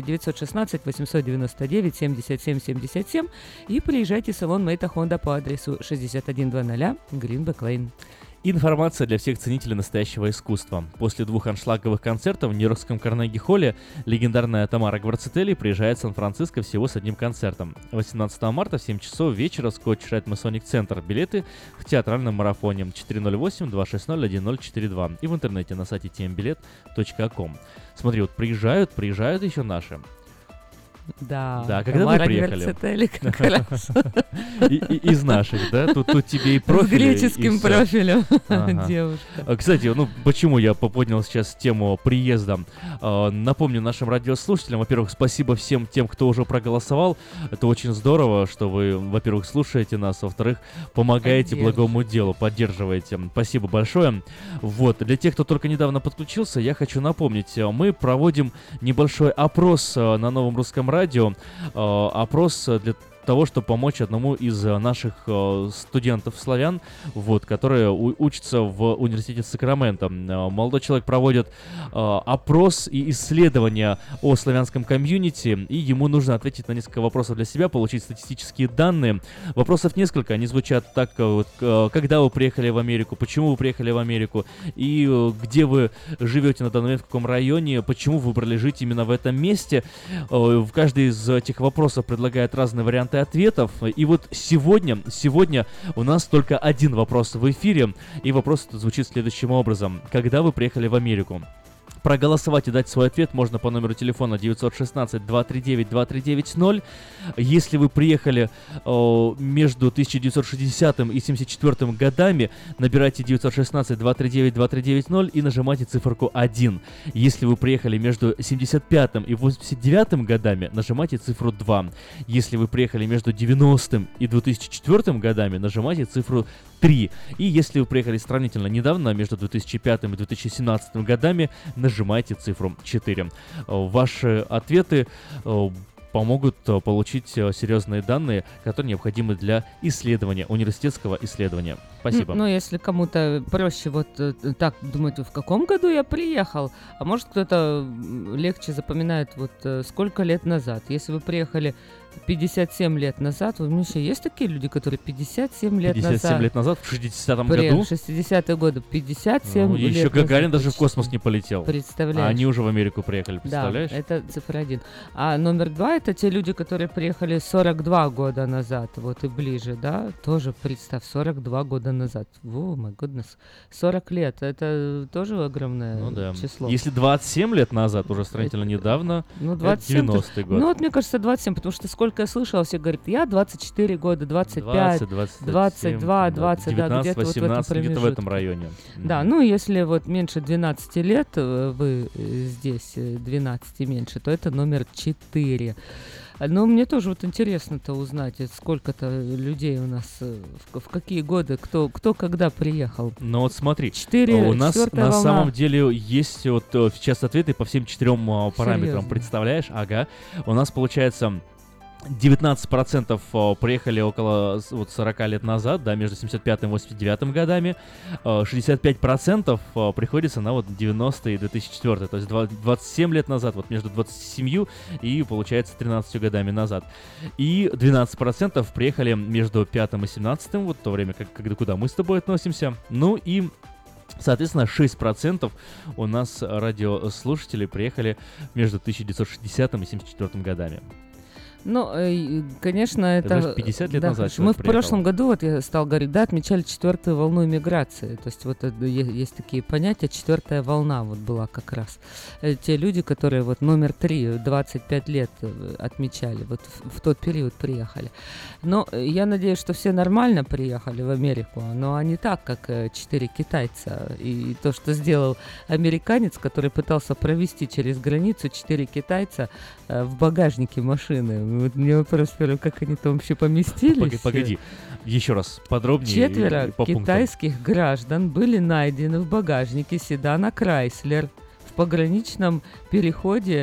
916-899-7777 и приезжайте в салон Мэйта Honda по адресу 6100 Greenback Lane. Информация для всех ценителей настоящего искусства. После 2 аншлаговых концертов в нью-йоркском Карнеги-холле легендарная Тамара Гварцетели приезжает в Сан-Франциско всего с одним концертом. 18 марта в 7 часов вечера Scotch Rite Masonic Center. Билеты в театральном марафоне 408-260-1042 и в интернете на сайте tmbilet.com. Смотри, вот приезжают еще наши. Да, когда вы приехали? Как раз. Из наших, да? Тут тебе и профиль. С греческим профилем девушка. Кстати, почему я поднял сейчас тему приезда? Напомню нашим радиослушателям, во-первых, спасибо всем тем, кто уже проголосовал. Это очень здорово, что вы, во-первых, слушаете нас, во-вторых, помогаете благому делу, поддерживаете. Спасибо большое. Вот, для тех, кто только недавно подключился, я хочу напомнить, мы проводим небольшой опрос на Новом Русском Радио, опрос для того, чтобы помочь одному из наших студентов-славян, которые учатся в университете Сакраменто. Молодой человек проводит опрос и исследования о славянском комьюнити, и ему нужно ответить на несколько вопросов для себя, получить статистические данные. Вопросов несколько, они звучат так: когда вы приехали в Америку, почему вы приехали в Америку, и где вы живете на данный момент, в каком районе, почему вы выбрали жить именно в этом месте. Каждый из этих вопросов предлагает разные варианты ответов. И вот сегодня у нас только один вопрос в эфире, и вопрос этот звучит следующим образом: когда вы приехали в Америку? Proголосовать и дать свой ответ можно по номеру телефона 916-239-2390. Если вы приехали между 1960 и 1974 годами, набирайте 916-239-2390 и нажимайте циферку 1. Если вы приехали между 75 и 89 годами, нажимайте цифру 2. Если вы приехали между 90 и 2004 годами, нажимайте цифру 3. И если вы приехали сравнительно недавно, между 2005 и 2017 годами, нажимайте цифру 4. Ваши ответы помогут получить серьезные данные, которые необходимы для исследования, университетского исследования. Спасибо. Ну, если кому-то проще так думать, в каком году я приехал, а может кто-то легче запоминает сколько лет назад. Если вы приехали 57 лет назад, у меня еще есть такие люди, которые 57 лет назад... 57 лет назад, в 60-м году? В 60-е годы, 57 лет еще назад. Гагарин даже в космос не полетел. Представляешь? А они уже в Америку приехали, представляешь? Да, это цифра 1. А номер 2 — это те люди, которые приехали 42 года назад, и ближе, да? Тоже, представь, 42 года назад. О, май гуднес. 40 лет, это тоже огромное число. Если 27 лет назад, уже сравнительно недавно, 27, это 90-й год. Мне кажется, 27, потому что сколько я слышала, все говорят, я 24 года, 25, 20, 22, 20, 19, да, где-то 18, где-то в этом районе. Да, если меньше 12 лет, вы здесь 12 и меньше, то это номер 4. Но мне тоже интересно-то узнать, сколько-то людей у нас, в какие годы, кто когда приехал. Ну смотри, 4, у нас на волна. самом деле есть сейчас ответы по всем 4 параметрам. Серьезно? Представляешь? Ага. У нас получается 19% приехали около 40 лет назад, да, между 75 и 89 годами. 65% приходится на 90-е и 2004. То есть 27 лет назад, между 27 и, получается, 13 годами назад. И 12% приехали между 5 и 17, в то время, куда мы с тобой относимся. Ну и... Соответственно, 6% у нас радиослушателей приехали между 1960 и 1974 годами. Конечно, это... 50 лет назад Мы в приехал. прошлом году, я стал говорить, отмечали 4-ю волну иммиграции. То есть есть такие понятия, 4-я волна была как раз. Те люди, которые номер 3, 25 лет отмечали, в тот период приехали. Но я надеюсь, что все нормально приехали в Америку, но не так, как 4 китайца. И то, что сделал американец, который пытался провести через границу 4 китайца в багажнике машины. Мне вопрос первый, как они там вообще поместились? Погоди, еще раз подробнее. 4 китайских граждан были найдены в багажнике седана Chrysler в пограничном переходе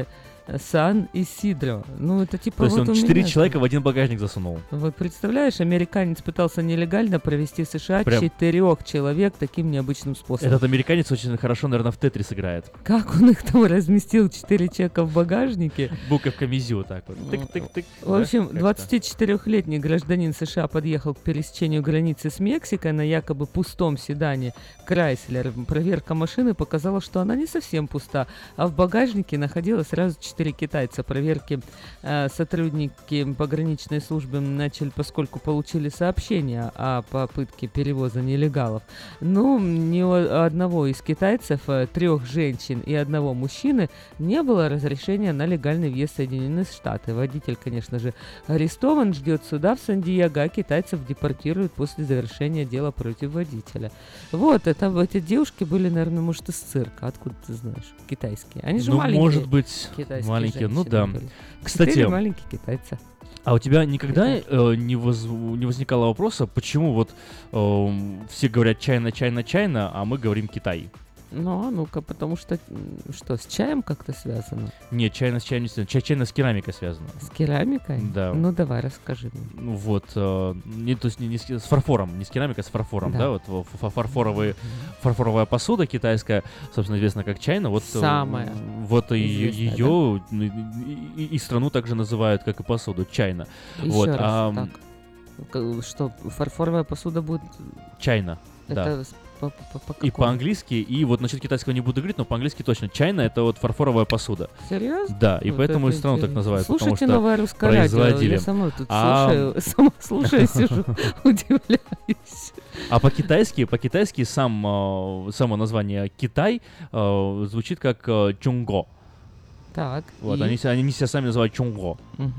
Сан-Исидро. Ну, это типа То есть вот он у 4 меня. человека в один багажник засунул. Вот представляешь, американец пытался нелегально провести в США Прям. 4 человек таким необычным способом. Этот американец очень хорошо, наверное, в Тетрис играет. Как он их там разместил, 4 человека в багажнике? Буковка Мизю так вот. Тык-тык-тык. В общем, 24-летний гражданин США подъехал к пересечению границы с Мексикой на якобы пустом седане Крайслер. Проверка машины показала, что она не совсем пуста, а в багажнике находилось сразу 4 китайца. Проверки сотрудники пограничной службы начали, поскольку получили сообщение о попытке перевоза нелегалов. Но ни у одного из китайцев, 3 женщин и 1 мужчины не было разрешения на легальный въезд в Соединенные Штаты. Водитель, конечно же, арестован, ждет суда в Сан-Диего, а китайцев депортируют после завершения дела против водителя. Вот, это эти девушки были, наверное, может, из цирка. Откуда ты знаешь? Китайские. Они же маленькие. Может быть, маленькие, ну да. Были. Кстати, 4 маленькие китайца. А у тебя никогда не возникало вопроса, почему вот все говорят Чайна, а мы говорим Китай? Ну, а ну-ка, потому что, что, с чаем как-то связано? Нет, Чайна с чаем не связано. Чайна с керамикой связано. С керамикой? Да. Ну, давай, расскажи мне. Ну, вот, то есть не с фарфором, не с керамикой, а с фарфором, да, вот фарфоровая посуда китайская, собственно, известна как Чайна, вот, самая вот ее и страну также называют, как и посуду, Чайна. Еще вот, раз, что, фарфоровая посуда будет... Чайна, да. И по-английски, и вот насчет китайского не буду говорить, но по-английски точно. Чайна — это вот фарфоровая посуда. Серьезно? Да, и вот поэтому и страну так называют. Слушайте потому что новое русское радио, я сама тут слушаю, сижу, удивляюсь. А по-китайски само название Китай звучит как Чунго. Так. Вот, они себя сами называют Чунго.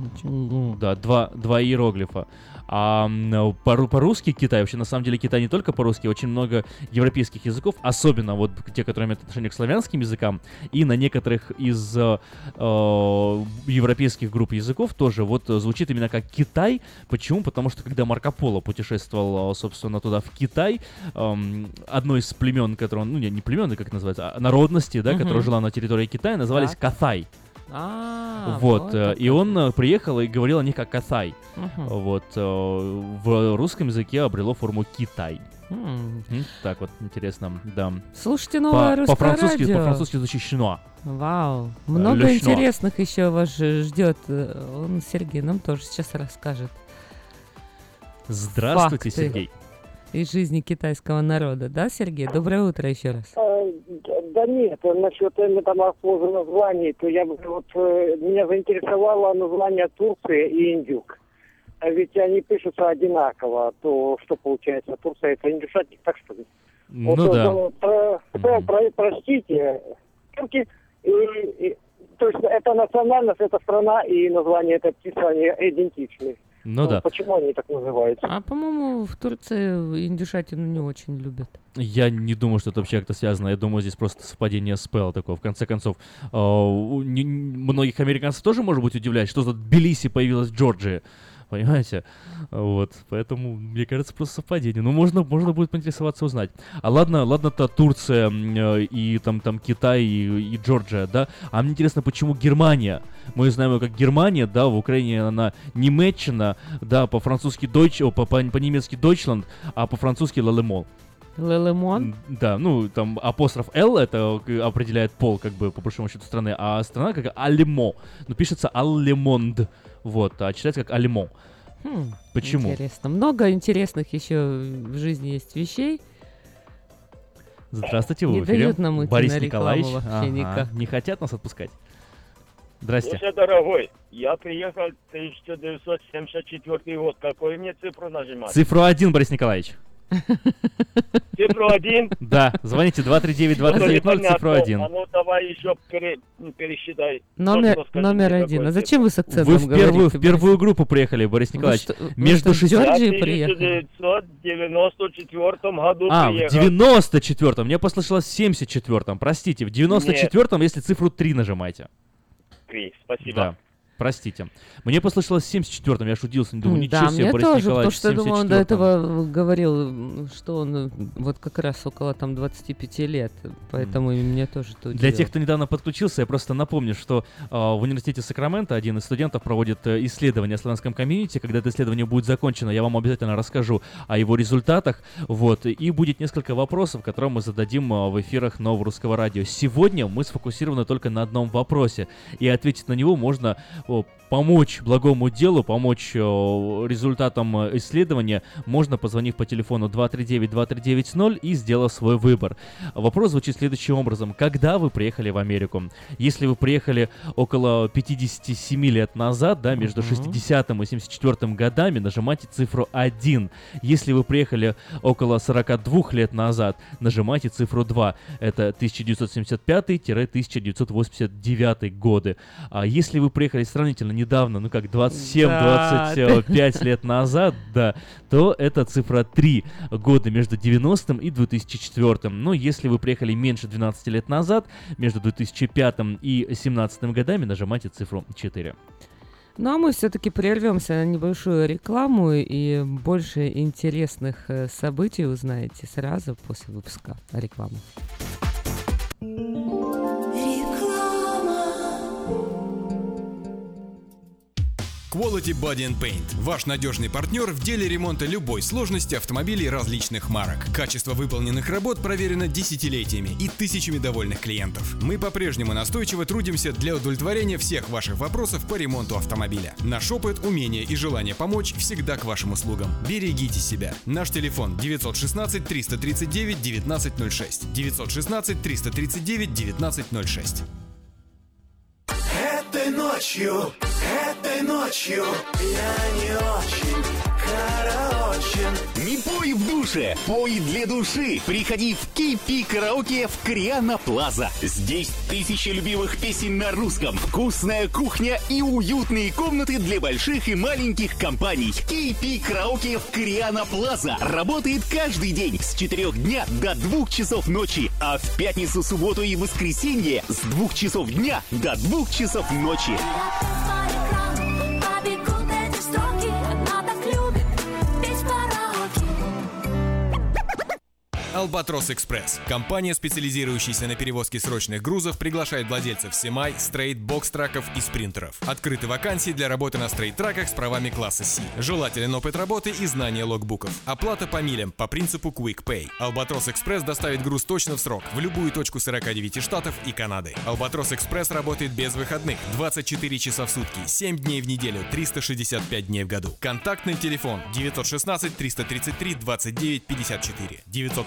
Да, два иероглифа. А по-русски Китай, вообще на самом деле Китай не только по-русски, очень много европейских языков, особенно вот те, которые имеют отношение к славянским языкам, и на некоторых из европейских групп языков тоже вот звучит именно как Китай. Почему? Потому что когда Марко Поло путешествовал, собственно, туда в Китай, одно из племен, которое он, ну не племен, как это называется, а народности, да, которая жила на территории Китая, назывались Катай. Вот, и он приехал и говорил о них как Катай. Вот, в русском языке обрело форму Китай. Так вот, интересно, да. Слушайте новое русское радио. По-французски звучит «шно». Вау, много интересных еще вас ждет. Он, Сергей, нам тоже сейчас расскажет. Здравствуйте, факты Сергей. Из жизни китайского народа, да, Сергей? Доброе утро еще раз. Да нет, насчет метаморфоза названий, то я бы вот меня заинтересовало название Турции и индюк. А ведь они пишутся одинаково, то что получается? Турция — это индюшатник, так что ли? Ну вот, да. Простите, турки, то есть это национальность, это страна, и название этой птицы, они идентичны. Ну да. Почему они так называются? А, по-моему, в Турции индюшатину не очень любят. Я не думаю, что это вообще как-то связано. Я думаю, здесь просто совпадение спелла такое. В конце концов, многих американцев тоже, может быть, удивляет, что за Тбилиси появилась в Джорджии. Понимаете? Вот. Поэтому, мне кажется, просто совпадение. Ну, можно будет поинтересоваться, узнать. А ладно-то Турция и там Китай и Джорджия, да? А мне интересно, почему Германия? Мы знаем ее как Германия, да, в Украине она Немеччина, да, по-французски по-немецки Deutschland, а по-французски Лелемон. Лелемон? Да, ну, там апостроф Л, это определяет пол, как бы, по большому счету, страны, а страна как Аллемо. Ну, пишется Аллемонд, вот, а читается как Аллемо. Почему? Интересно. Много интересных еще в жизни есть вещей. Здравствуйте, вы не в эфире. Дают нам Борис на Николаевич. вообще никак. Не хотят нас отпускать. Здрасте. Слушай, дорогой, я приехал в 1974 год. Какую мне цифру нажимать? Цифру 1, Борис Николаевич. Цифру 1? Да, звоните 239-2090, цифру 1. А ну давай еще пересчитай. Номер 1. А зачем вы с акцентом говорите? Вы в первую группу приехали, Борис Николаевич. Между 60... Я в 1994 году приехал. В 94-м. Мне послышалось в 74-м. Простите, в 94-м, если цифру 3 нажимаете. 3, спасибо. Да. Простите. Мне послышалось в 74-м, я шутился, не думаю, ничего Да, себе, мне Борис тоже, Николаевич, потому что, думаю, он до 74-м. этого говорил, что он вот как раз около там 25 лет, поэтому и мне тоже это удивило. Для тех, кто недавно подключился, я просто напомню, что в университете Сакраменто один из студентов проводит исследование о славянском комьюнити. Когда это исследование будет закончено, я вам обязательно расскажу о его результатах. Вот, и будет несколько вопросов, которые мы зададим в эфирах Нового Русского Радио. Сегодня мы сфокусированы только на одном вопросе, и ответить на него можно помочь благому делу, помочь результатам исследования можно, позвонив по телефону 239-2390 и сделав свой выбор. Вопрос звучит следующим образом. Когда вы приехали в Америку? Если вы приехали около 57 лет назад, да, между 60-м и 74-м годами, нажимайте цифру 1. Если вы приехали около 42 лет назад, нажимайте цифру 2. Это 1975-1989 годы. А если вы приехали сравнительно недавно, 27-25 лет назад, да, то это цифра 3. Годы между 90-м и 2004-м. Но если вы приехали меньше 12 лет назад, между 2005 и 2017 годами, нажимайте цифру 4. Ну а мы все-таки прервемся на небольшую рекламу, и больше интересных событий узнаете сразу после выпуска рекламы. Quality Body and Paint – ваш надежный партнер в деле ремонта любой сложности автомобилей различных марок. Качество выполненных работ проверено десятилетиями и тысячами довольных клиентов. Мы по-прежнему настойчиво трудимся для удовлетворения всех ваших вопросов по ремонту автомобиля. Наш опыт, умение и желание помочь всегда к вашим услугам. Берегите себя. Наш телефон 916-339-1906. 916-339-1906. Этой ночью я не очень караочен. Не пой в душе, пой для души. Приходи в KP Караоке в Криана Плаза. Здесь тысячи любимых песен на русском, вкусная кухня и уютные комнаты для больших и маленьких компаний. KP Караоке в Криана Плаза работает каждый день с 4 дня до 2 часов ночи, а в пятницу, субботу и воскресенье с 2 часов дня до 2 часов ночи. Albatross Express. Компания, специализирующаяся на перевозке срочных грузов, приглашает владельцев семай, стрейт, бокс-траков и спринтеров. Открыты вакансии для работы на стрейт-траках с правами класса C. Желателен опыт работы и знание логбуков. Оплата по милям по принципу Quick Pay. Albatross Express доставит груз точно в срок в любую точку 49 штатов и Канады. Albatross Express работает без выходных 24 часа в сутки, 7 дней в неделю, 365 дней в году. Контактный телефон 916-333-29-54.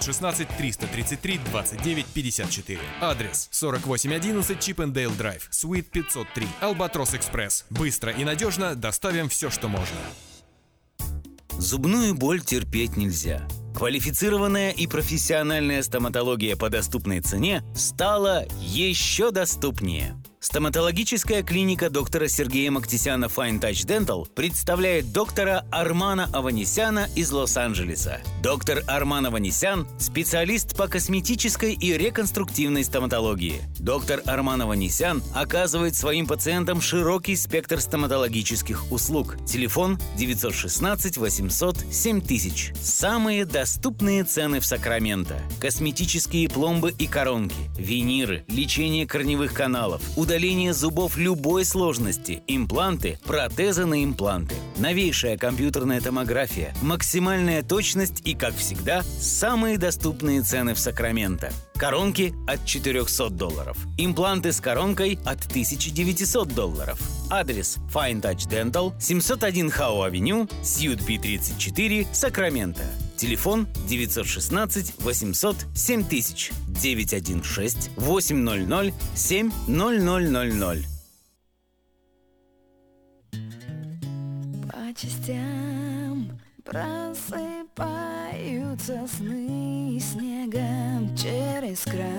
916-333-29-54. Адрес 4811 Чиппендейл Драйв, Суит 503. Albatross Express. Быстро и надежно доставим все, что можно. Зубную боль терпеть нельзя. Квалифицированная и профессиональная стоматология по доступной цене стала еще доступнее. Стоматологическая клиника доктора Сергея Мактисяна Fine Touch Dental представляет доктора Армана Аванесяна из Лос-Анджелеса. Доктор Арман Аванесян – специалист по косметической и реконструктивной стоматологии. Доктор Арман Аванесян оказывает своим пациентам широкий спектр стоматологических услуг. Телефон 916 800 7000. Самые доступные цены в Сакраменто. Косметические пломбы и коронки, виниры, лечение корневых каналов, удаление зубов любой сложности, импланты, протезы на импланты, новейшая компьютерная томография, максимальная точность и, как всегда, самые доступные цены в Сакраменто. Коронки от $400. Импланты с коронкой от $1900. Адрес Fine Touch Dental, 701 Хау-авеню, Сьют P34, Сакраменто. Телефон 916 800 7000 916 800 7000. По частям просыпаются сны снегом через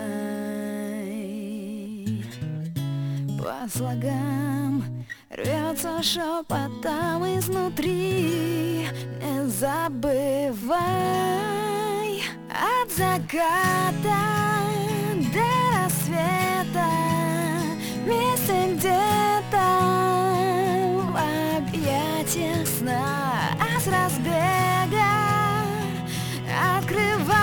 край. По слогам рвется шепотом изнутри. Не забывай от заката до рассвета. Вместе где-то тесно, а с разбега, открывая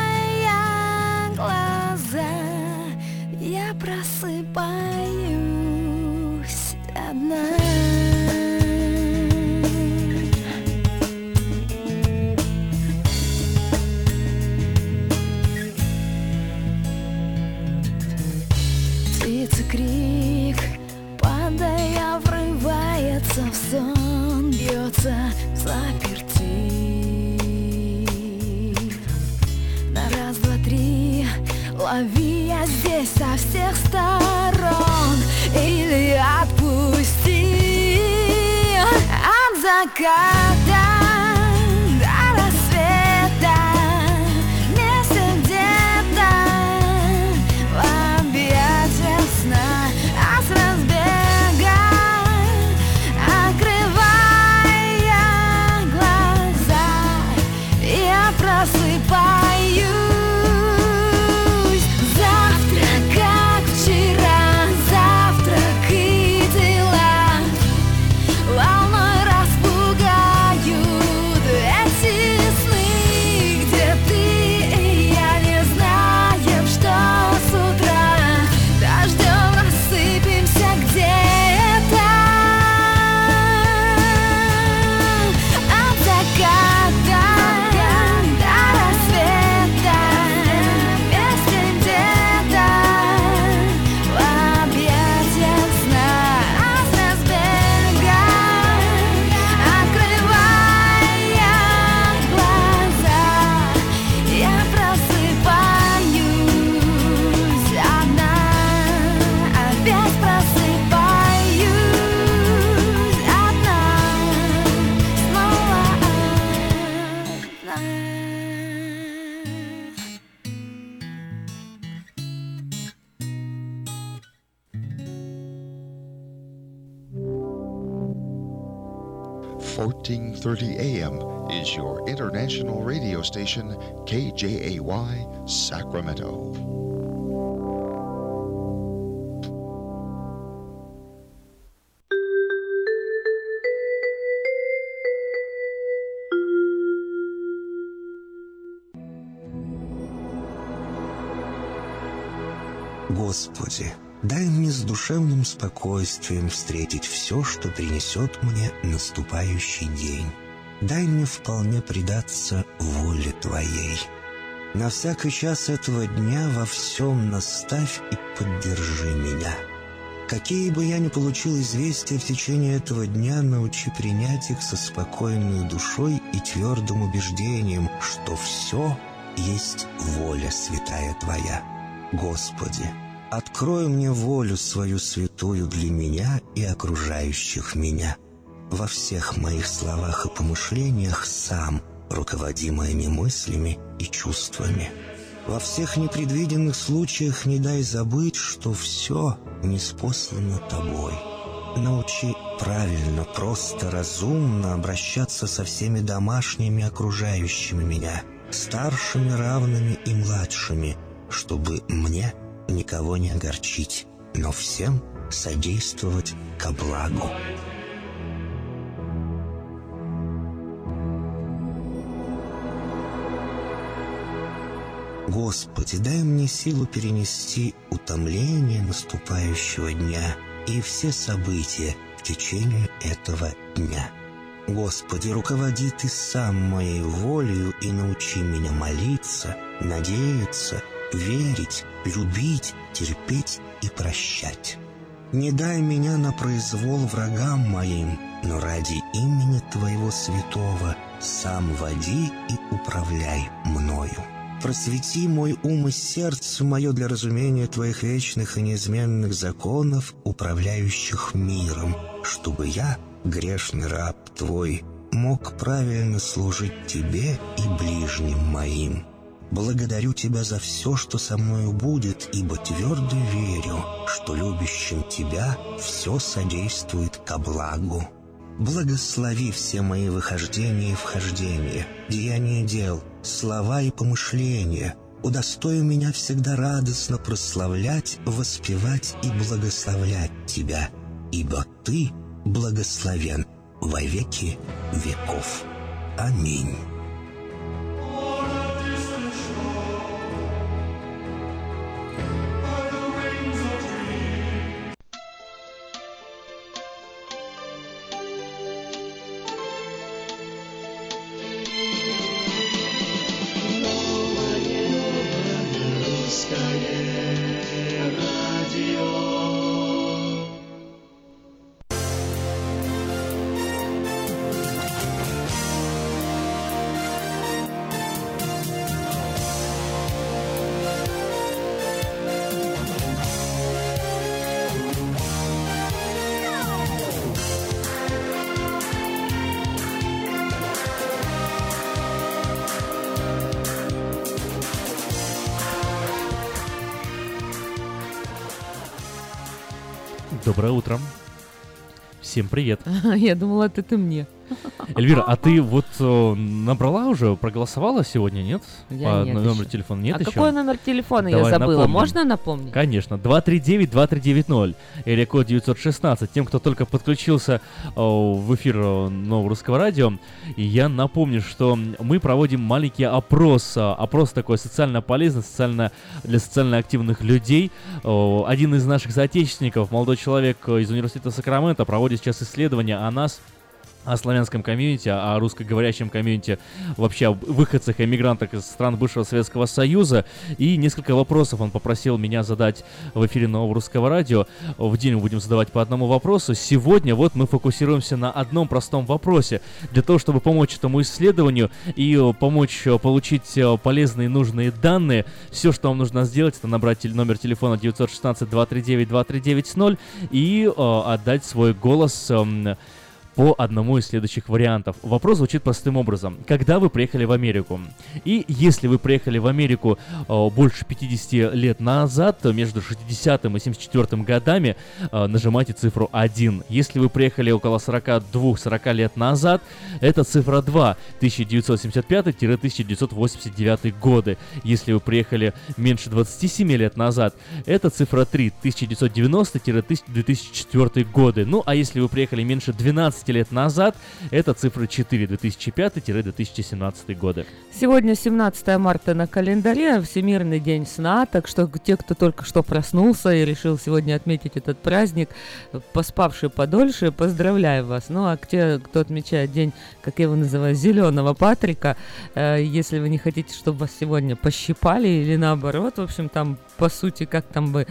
глаза, я просыпаюсь одна. Крик, падая, врывается в сон, бьется в заперти. На раз, два, три, лови, я здесь со всех сторон. Или отпусти от заката до рассвета, вместе где-то в объятиях сна, а с разбега, открывая глаза, я просыпаюсь. Завтра, как вчера, завтрак и дела волной распугают эти сны, где ты и я не знаем, что с утра дождем рассыпемся где-то. От заката до рассвета, вместе где-то в объятиях сна, а с разбега, открывая глаза, я просыпаюсь одна, опять просыпаюсь одна, снова одна. .1430 AM is your international radio station, KJAY, Sacramento. Господи, дай мне с душевным спокойствием встретить все, что принесет мне наступающий день. Дай мне вполне предаться воле Твоей. На всякий час этого дня во всем наставь и поддержи меня. Какие бы я ни получил известия в течение этого дня, научи принять их со спокойной душой и твердым убеждением, что все есть воля святая Твоя. Господи, открой мне волю свою святую для меня и окружающих меня. Во всех моих словах и помышлениях сам, руководи моими мыслями и чувствами. Во всех непредвиденных случаях не дай забыть, что все ниспослано Тобой. Научи правильно, просто, разумно обращаться со всеми домашними, окружающими меня, старшими, равными и младшими, чтобы мне никого не огорчить, но всем содействовать ко благу. Господи, дай мне силу перенести утомление наступающего дня и все события в течение этого дня. Господи, руководи Ты сам моей волею и научи меня молиться, надеяться, верить, любить, терпеть и прощать. Не дай меня на произвол врагам моим, но ради имени Твоего святого сам води и управляй мною. Просвети мой ум и сердце мое для разумения Твоих вечных и неизменных законов, управляющих миром, чтобы я, грешный раб Твой, мог правильно служить Тебе и ближним моим. Благодарю Тебя за все, что со мною будет, ибо твердо верю, что любящим Тебя все содействует ко благу. Благослови все мои выхождения и вхождения, деяния дел, слова и помышления. Удостой меня всегда радостно прославлять, воспевать и благословлять Тебя, ибо Ты благословен во веки веков. Аминь. Доброе утро. Всем привет. Я думала, это мне. Эльвира, а ты вот набрала уже, проголосовала сегодня, нет? Я нет номеру еще. телефона нет а еще? Какой номер телефона Давай я забыла? напомним. Можно напомнить? Конечно, 239-2390, или код 916. Тем, кто только подключился в эфир Нового Русского Радио, и я напомню, что мы проводим маленький опрос. Опрос такой социально полезный, для социально активных людей. Один из наших соотечественников, молодой человек из университета Сакраменто, проводит сейчас исследования о нас, о славянском комьюнити, о русскоговорящем комьюнити, вообще о выходцах и эмигрантах из стран бывшего Советского Союза. И несколько вопросов он попросил меня задать в эфире Нового Русского Радио. В день мы будем задавать по одному вопросу. Сегодня вот мы фокусируемся на одном простом вопросе. Для того, чтобы помочь этому исследованию и помочь получить полезные и нужные данные, все, что вам нужно сделать, это набрать номер телефона 916-239-2390 и отдать свой голос по одному из следующих вариантов. Вопрос звучит простым образом. Когда вы приехали в Америку? И если вы приехали в Америку больше 50 лет назад, между 60-м и 74-м годами, нажимайте цифру 1. Если вы приехали около 42-40 лет назад, это цифра 2, 1975-1989 годы. Если вы приехали меньше 27 лет назад, это цифра 3, 1990-2004 годы. Ну, а если вы приехали меньше 12 лет назад, это цифра 4, 2005-2017 годы. Сегодня 17 марта на календаре, Всемирный день сна, так что те, кто только что проснулся и решил сегодня отметить этот праздник, поспавшие подольше, поздравляю вас. Ну, а те, кто отмечает день, как я его называю, зеленого Патрика, если вы не хотите, чтобы вас сегодня пощипали или наоборот, в общем, там, по сути, как там бы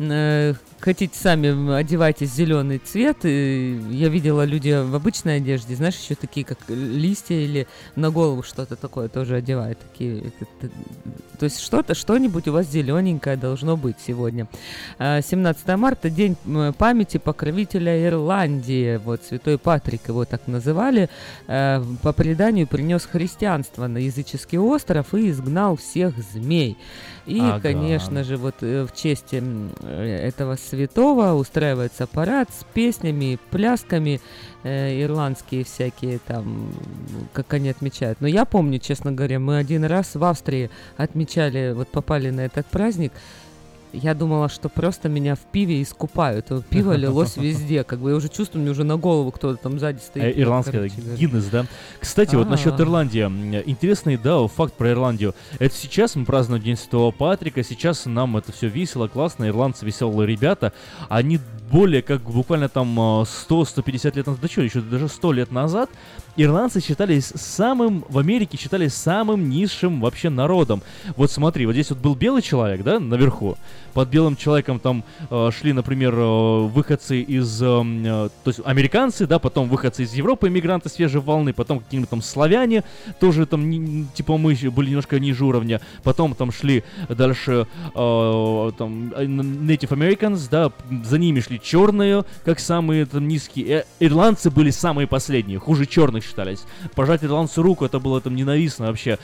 хотите сами, одевайтесь в зеленый цвет. И я видела люди в обычной одежде, знаешь, еще такие, как листья или на голову что-то такое тоже одевают. Такие, то есть что-нибудь у вас зелененькое должно быть сегодня. 17 марта, день памяти покровителя Ирландии. Вот Святой Патрик его так называли. По преданию принес христианство на языческий остров и изгнал всех змей. И, конечно же, вот в честь этого святого устраивается парад с песнями, плясками, ирландские всякие там, как они отмечают. Но я помню, честно говоря, мы один раз в Австрии отмечали, вот попали на этот праздник. Я думала, что просто меня в пиве искупают. Пиво лилось везде. Как бы я уже чувствую, мне уже на голову кто-то там сзади стоит. Ирландская, Гиннес, да? Кстати, вот насчет Ирландии. Интересный, да, факт про Ирландию. Это сейчас мы празднуем День Святого Патрика. Сейчас нам это все весело, классно. Ирландцы веселые ребята. Они более как буквально там 100-150 лет назад, да что, еще даже 100 лет назад, ирландцы считались в Америке считались самым низшим вообще народом. Вот смотри, вот здесь вот был белый человек, да, наверху. Под белым человеком там шли, например, выходцы из, то есть американцы, да, потом выходцы из Европы, иммигранты свежей волны, потом какие-нибудь там славяне, тоже там, типа мы были немножко ниже уровня, потом там шли дальше там Native Americans, да, за ними шли черные, как самые там низкие, ирландцы были самые последние, хуже черных считались. Пожать ирландцу руку, это было там ненавистно вообще,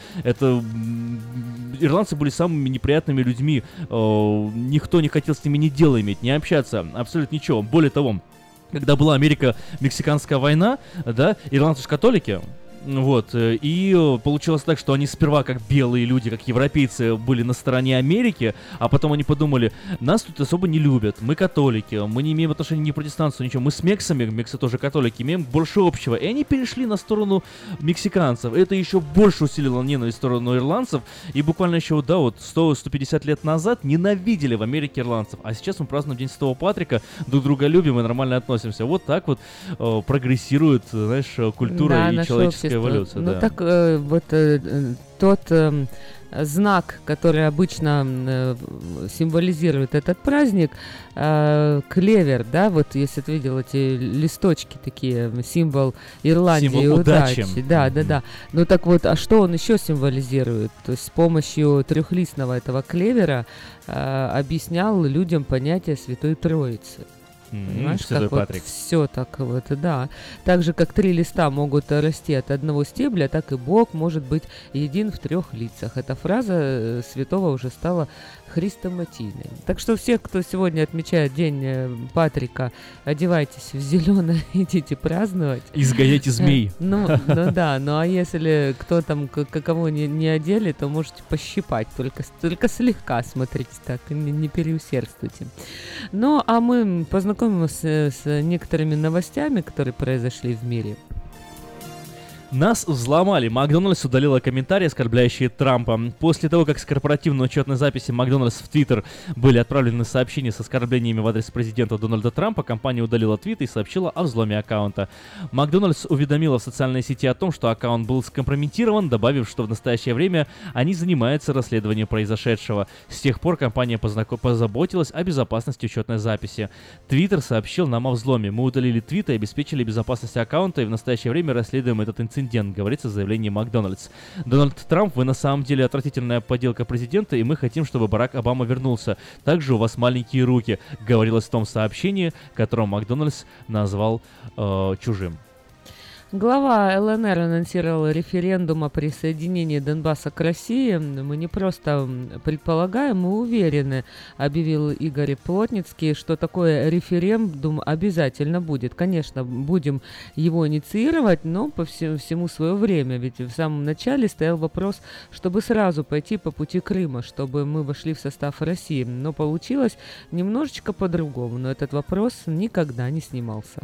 ирландцы были самыми неприятными людьми, никто не хотел с ними ни дела иметь, не общаться, абсолютно ничего. Более того, когда была Америка-Мексиканская война, да, ирландцы же католики, Вот, и получилось так, что они сперва, как белые люди, как европейцы, были на стороне Америки, а потом они подумали, нас тут особо не любят, мы католики, мы не имеем отношения ни к протестантству, ничего, мы с мексами, мексы тоже католики, имеем больше общего, и они перешли на сторону мексиканцев, это еще больше усилило ненависть в сторону ирландцев, и буквально еще, да, вот 100-150 лет назад ненавидели в Америке ирландцев, а сейчас мы празднуем День Святого Патрика, друг друга любим и нормально относимся, вот так вот прогрессирует, знаешь, культура и человеческая эволюция. Ну да. так вот тот знак, который обычно символизирует этот праздник, клевер, да, вот если ты видел эти листочки такие, символ Ирландии, символ удачи. Да. Ну так вот, а что он еще символизирует? То есть с помощью трехлистного этого клевера объяснял людям понятие Святой Троицы. Понимаешь, как вот все так вот, да. Так же, как 3 листа могут расти от одного стебля, так и Бог может быть един в 3 лицах. Эта фраза святого уже стала хрестоматийной. Так что все, кто сегодня отмечает День Патрика, одевайтесь в зеленое, идите праздновать. Изгоняйте змей. Ну да, ну а если кто там, кого не одели, то можете пощипать, только слегка, смотрите так, не переусердствуйте. Ну, а мы познакомимся с некоторыми новостями, которые произошли в мире. Нас взломали. Макдональдс удалила комментарии, оскорбляющие Трампа. После того, как с корпоративной учетной записи Макдональдс в Твиттер были отправлены сообщения с оскорблениями в адрес президента Дональда Трампа, компания удалила твит и сообщила о взломе аккаунта. Макдональдс уведомила в социальной сети о том, что аккаунт был скомпрометирован, добавив, что в настоящее время они занимаются расследованием произошедшего. С тех пор компания позаботилась о безопасности учетной записи. Твиттер сообщил нам о взломе. Мы удалили твит и обеспечили безопасность аккаунта, и в настоящее время расследуем этот инцидент, говорится в заявлении Макдональдс. Дональд Трамп, вы на самом деле отвратительная подделка президента, и мы хотим, чтобы Барак Обама вернулся. Также у вас маленькие руки, говорилось в том сообщении, которое Макдональдс назвал чужим. Глава ЛНР анонсировала референдум о присоединении Донбасса к России. Мы не просто предполагаем, мы уверены, объявил Игорь Плотницкий, что такой референдум обязательно будет. Конечно, будем его инициировать, но по всему свое время. Ведь в самом начале стоял вопрос, чтобы сразу пойти по пути Крыма, чтобы мы вошли в состав России. Но получилось немножечко по-другому. Но этот вопрос никогда не снимался.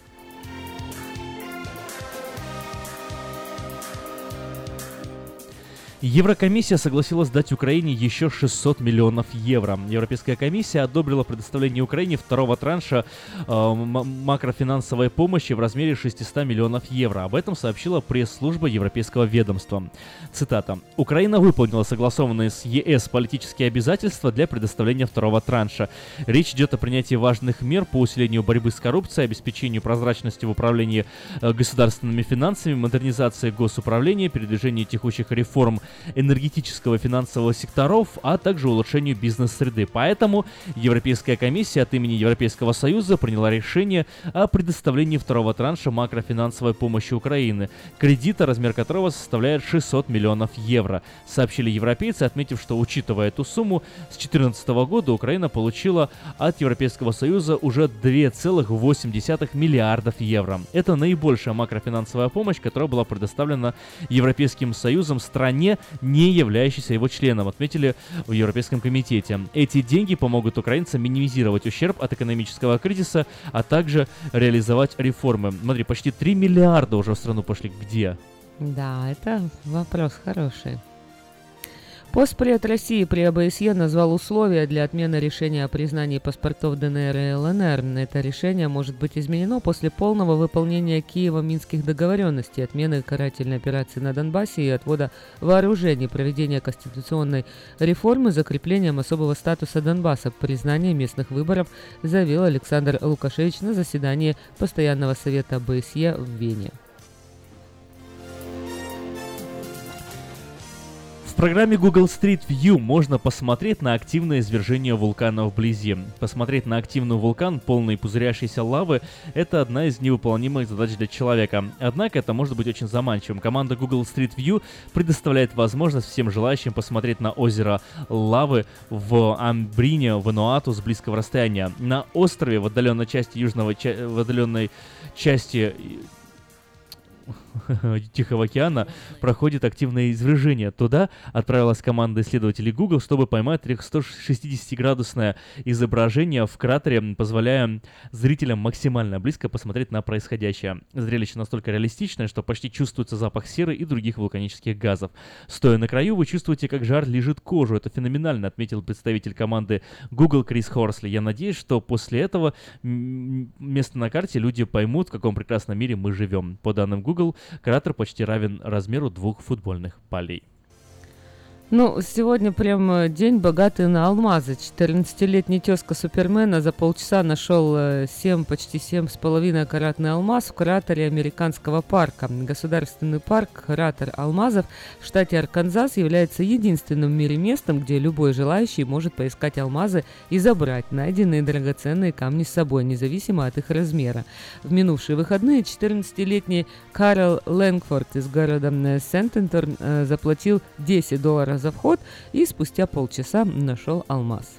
Еврокомиссия согласилась дать Украине еще 600 миллионов евро. Европейская комиссия одобрила предоставление Украине второго транша макрофинансовой помощи в размере 600 миллионов евро. Об этом сообщила пресс-служба Европейского ведомства. Цитата. «Украина выполнила согласованные с ЕС политические обязательства для предоставления второго транша. Речь идет о принятии важных мер по усилению борьбы с коррупцией, обеспечению прозрачности в управлении государственными финансами, модернизации госуправления, передвижению текущих реформ энергетического и финансового секторов, а также улучшению бизнес-среды. Поэтому Европейская комиссия от имени Европейского Союза приняла решение о предоставлении второго транша макрофинансовой помощи Украины, кредита, размер которого составляет 600 миллионов евро, сообщили европейцы, отметив, что, учитывая эту сумму, с 2014 года Украина получила от Европейского Союза уже 2,8 миллиардов евро. Это наибольшая макрофинансовая помощь, которая была предоставлена Европейским Союзом стране, не являющейся его членом, отметили в Европейском комитете. Эти деньги помогут украинцам минимизировать ущерб от экономического кризиса, а также реализовать реформы. Смотри, почти 3 миллиарда уже в страну пошли. Где? Да, это вопрос хороший. Постпред России при ОБСЕ назвал условия для отмены решения о признании паспортов ДНР и ЛНР. Это решение может быть изменено после полного выполнения Киевом Минских договоренностей, отмены карательной операции на Донбассе и отвода вооружений, проведения конституционной реформы, закреплением особого статуса Донбасса, признания местных выборов, заявил Александр Лукашевич на заседании Постоянного совета ОБСЕ в Вене. В программе Google Street View можно посмотреть на активное извержение вулкана вблизи. Посмотреть на активный вулкан, полный пузырящейся лавы, это одна из невыполнимых задач для человека. Однако это может быть очень заманчивым. Команда Google Street View предоставляет возможность всем желающим посмотреть на озеро лавы в Амбрине, в Вануату с близкого расстояния. На острове в отдаленной части Тихого океана проходит активное извержение. Туда отправилась команда исследователей Google, чтобы поймать 360-градусное изображение в кратере, позволяя зрителям максимально близко посмотреть на происходящее. Зрелище настолько реалистичное, что почти чувствуется запах серы и других вулканических газов. Стоя на краю, вы чувствуете, как жар лижет кожу. Это феноменально, отметил представитель команды Google Крис Хорсли. Я надеюсь, что после этого место на карте люди поймут, в каком прекрасном мире мы живем. По данным Google, кратер почти равен размеру 2 футбольных полей. Ну, сегодня прям день богатый на алмазы. 14-летний тезка Супермена за полчаса нашел почти 7,5-каратный алмаз в кратере американского парка. Государственный парк «Кратер алмазов» в штате Арканзас является единственным в мире местом, где любой желающий может поискать алмазы и забрать найденные драгоценные камни с собой, независимо от их размера. В минувшие выходные 14-летний Карл Лэнгфорд из города Сент-Энторн заплатил $10 за вход и спустя полчаса нашел алмаз.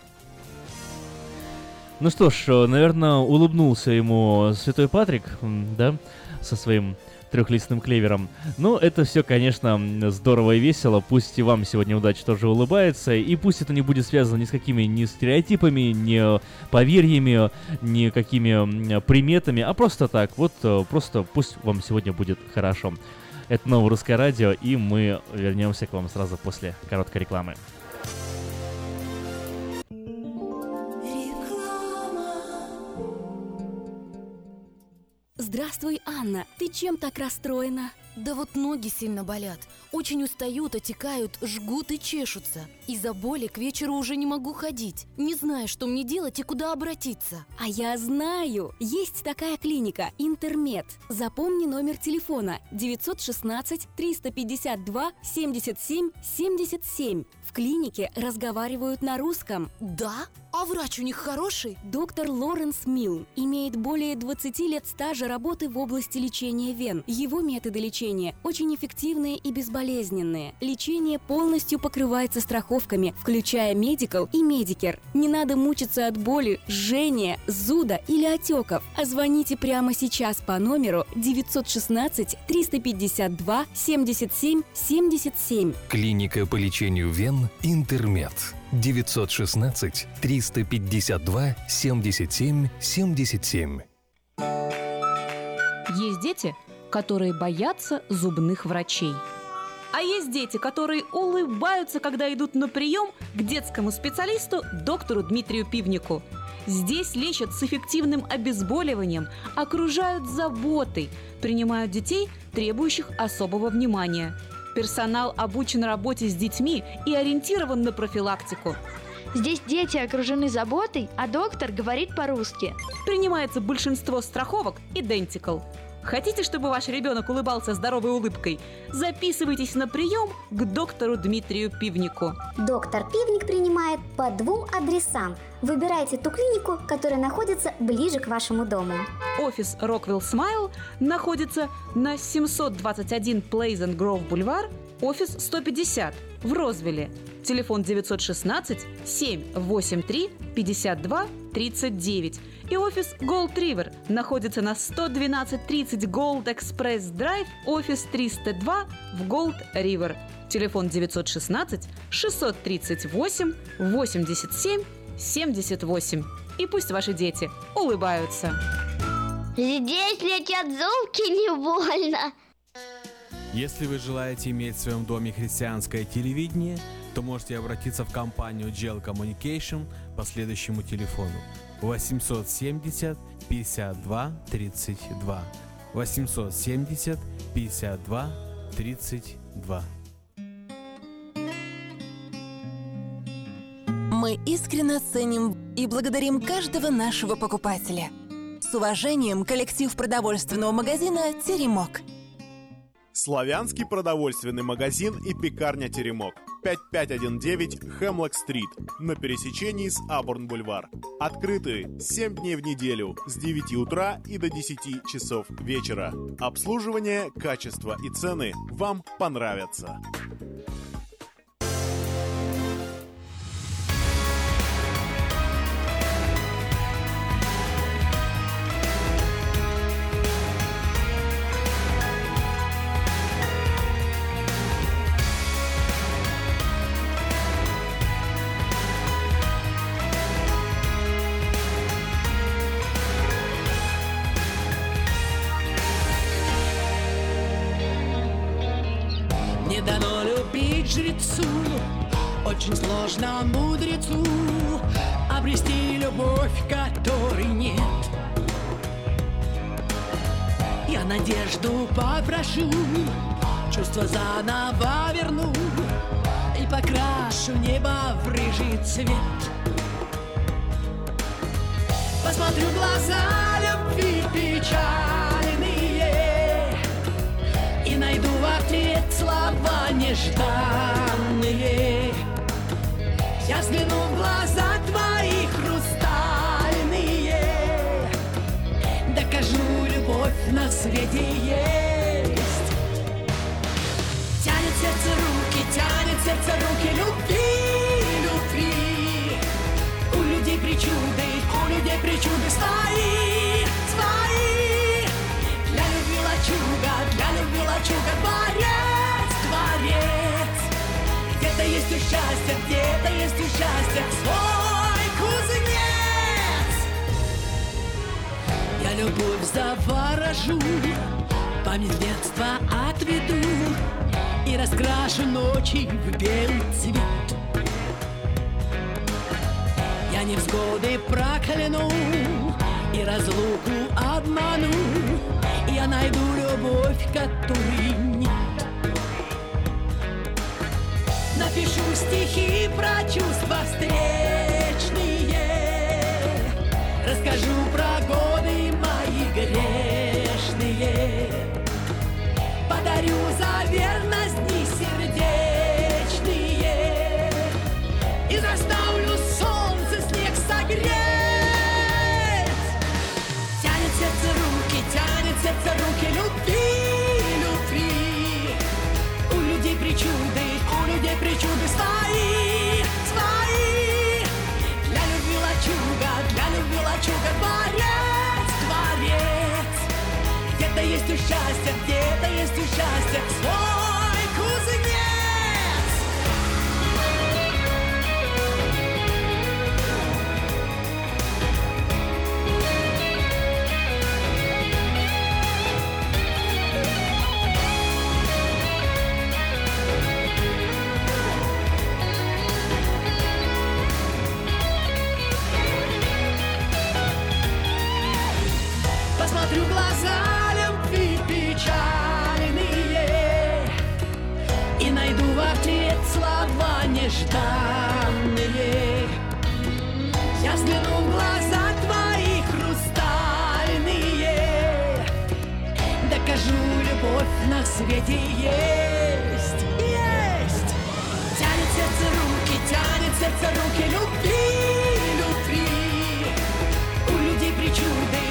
Ну что ж, наверное, улыбнулся ему Святой Патрик, да, со своим трехлистным клевером. Но это все, конечно, здорово и весело. Пусть и вам сегодня удача тоже улыбается. И пусть это не будет связано ни с какими ни стереотипами, ни поверьями, ни какими приметами, а просто так. Вот просто пусть вам сегодня будет хорошо. Это Новое Русское Радио, и мы вернемся к вам сразу после короткой рекламы. Здравствуй, Анна. Ты чем так расстроена? Да вот ноги сильно болят. Очень устают, отекают, жгут и чешутся. Из-за боли к вечеру уже не могу ходить. Не знаю, что мне делать и куда обратиться. А я знаю! Есть такая клиника «Интермед». Запомни номер телефона 916-352-77-77. В клинике разговаривают на русском. Да? А врач у них хороший? Доктор Лоренс Милн имеет более 20 лет стажа работы в области лечения вен. Его методы лечения очень эффективные и безболезненные. Лечение полностью покрывается страховками, включая Medical и Medicare. Не надо мучиться от боли, жжения, зуда или отеков. А звоните прямо сейчас по номеру 916-352-77-77. Клиника по лечению вен «Интермед». 916-352-77-77. Есть дети, которые боятся зубных врачей. А есть дети, которые улыбаются, когда идут на прием к детскому специалисту доктору Дмитрию Пивнику. Здесь лечат с эффективным обезболиванием, окружают заботой, принимают детей, требующих особого внимания. Персонал обучен работе с детьми и ориентирован на профилактику. Здесь дети окружены заботой, а доктор говорит по-русски. Принимается большинство страховок Identical. Хотите, чтобы ваш ребенок улыбался здоровой улыбкой? Записывайтесь на прием к доктору Дмитрию Пивнику. Доктор Пивник принимает по 2 адресам. Выбирайте ту клинику, которая находится ближе к вашему дому. Офис Rockwell Smile находится на 721 Pleasant Grove Boulevard, офис 150 в Розвилле. Телефон 916-783-52-39. И офис Gold River находится на 11230 Gold Express Drive, офис 302 в Gold River. Телефон 916-638-87-78. И пусть ваши дети улыбаются. Здесь летят зубки, не больно. Если вы желаете иметь в своем доме христианское телевидение, то можете обратиться в компанию GEL Communication по следующему телефону 870 52 32 870 52 32. Мы искренне ценим и благодарим каждого нашего покупателя. С уважением, коллектив продовольственного магазина «Теремок». Славянский продовольственный магазин и пекарня «Теремок». 5519 Хемлок-стрит на пересечении с Абурн-бульвар. Открыты 7 дней в неделю с 9 утра и до 10 часов вечера. Обслуживание, качество и цены вам понравятся. Не дано любить жрецу, очень сложно мудрецу обрести любовь, которой нет. Я надежду попрошу, чувства заново верну и покрашу небо в рыжий цвет. Посмотрю в глаза любви печальные и найду в ответ слова нежданные. Я взгляну в глаза твои хрустальные, докажу, любовь на свете есть. Тянет сердце руки любви, любви. У людей причуды свои, свои. Для любви лачуга, творец, творец. Где-то есть у счастья свой кузнец. Я любовь заворожу, память детства отведу и раскрашу ночи в белый цвет. Я невзгоды прокляну и разлуку обману. Я найду любовь, которой нет. Напишу стихи про чувства встречные, расскажу про годы мои грешные, подарю за верность дни сердечные и заставлю солнце снег согреть. Тянет сердце руки любви, любви. У людей причуды свои, свои. Для любви лачуга, творец, творец. Где-то есть у счастья свой кузнец. Посмотрю в глаза любви печальные и найду в ответ слова нежданные. Я взгляну в глаза твои хрустальные, докажу, любовь на свете есть, есть. Тянет сердце руки любви, любви. У людей причуды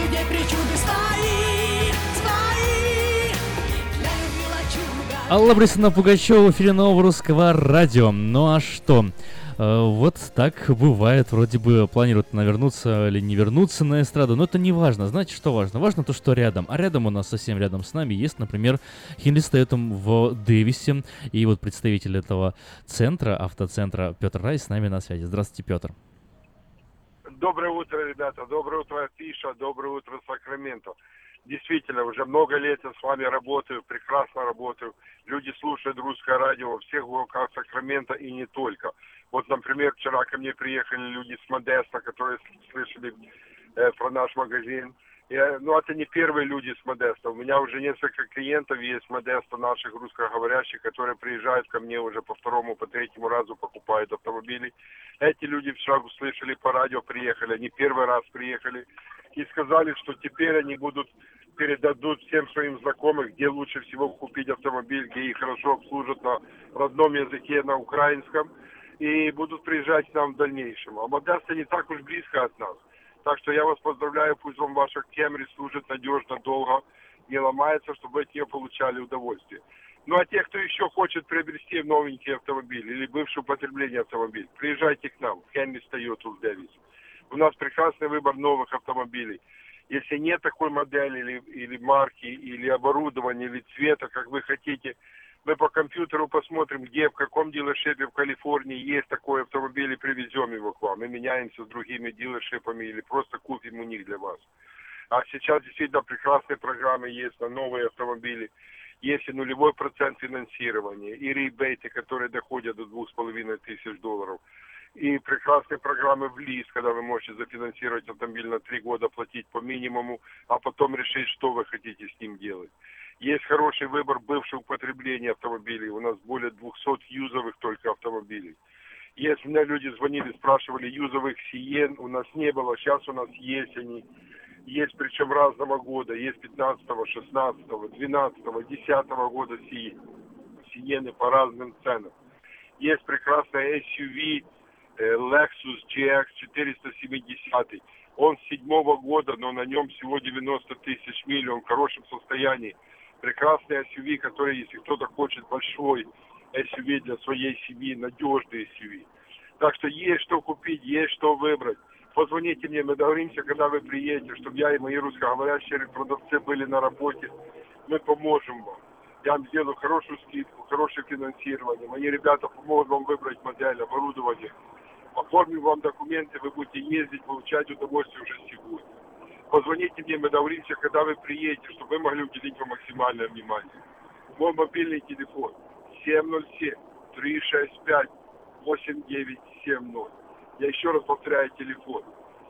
свои, свои. Для любви лачуга. Алла Борисовна Пугачева в эфире Нового Русского Радио. Ну а что? Вот так бывает. Вроде бы планируют вернуться или не вернуться на эстраду, но это не важно. Знаете, что важно? Важно то, что рядом. А рядом у нас, совсем рядом с нами, есть, например, Хенри Стэттем в Дэвисе. И вот представитель этого центра, автоцентра Петр Рай с нами на связи. Здравствуйте, Петр. Доброе утро, ребята. Доброе утро, Афиша. Доброе утро, Сакраменто. Действительно, уже много лет я с вами работаю, прекрасно работаю. Люди слушают русское радио во всех уголках Сакрамента и не только. Вот, например, вчера ко мне приехали люди с Модеста, которые слышали про наш магазин. Ну, это не первые люди с Модеста. У меня уже несколько клиентов есть с Модеста, наших русскоговорящих, которые приезжают ко мне уже по второму, по третьему разу, покупают автомобили. Эти люди вчера услышали по радио, приехали, они первый раз приехали и сказали, что теперь они передадут всем своим знакомым, где лучше всего купить автомобиль, где их хорошо обслужат на родном языке, на украинском, и будут приезжать к нам в дальнейшем. А Модеста не так уж близко от нас. Так что я вас поздравляю, пусть вам ваша Camry служит надежно, долго, не ломается, чтобы вы от нее получали удовольствие. Ну а те, кто еще хочет приобрести новенький автомобиль или бывший употребление автомобиль, приезжайте к нам, в Henry Toyota в Дэвис. У нас прекрасный выбор новых автомобилей. Если нет такой модели или марки, или оборудования, или цвета, как вы хотите, мы по компьютеру посмотрим, где, в каком дилершипе в Калифорнии есть такой автомобиль и привезем его к вам. Мы меняемся с другими дилершипами или просто купим у них для вас. А сейчас действительно прекрасные программы есть на новые автомобили. есть и нулевой процент финансирования, и ребейты, которые доходят до $2500, и прекрасные программы в лиз, когда вы можете зафинансировать автомобиль на 3 года, платить по минимуму, а потом решить, что вы хотите с ним делать. Есть хороший выбор бывшего употребления автомобилей. У нас более 200 юзовых только автомобилей. Есть, у меня люди звонили, спрашивали, юзовых Сиен у нас не было, сейчас у нас есть они. Есть причем разного года, есть 15-го, 16-го, 12-го, 10-го года Сиены по разным ценам. Есть прекрасная SUV Lexus GX 470. Он с 7-го года, но на нем всего 90 тысяч миль, он в хорошем состоянии. Прекрасный SUV, который, если кто-то хочет большой SUV для своей семьи, надежный SUV. Так что есть что купить, есть что выбрать. Позвоните мне, мы договоримся, когда вы приедете, чтобы я и мои русскоговорящие продавцы были на работе. Мы поможем вам. Я вам сделаю хорошую скидку, хорошее финансирование. Мои ребята помогут вам выбрать модель, оборудование. Оформим вам документы, вы будете ездить, получать удовольствие уже сегодня. Позвоните мне, мы договоримся, когда вы приедете, чтобы мы могли уделить вам максимальное внимание. Мой мобильный телефон 707-365-8970. Я еще раз повторяю телефон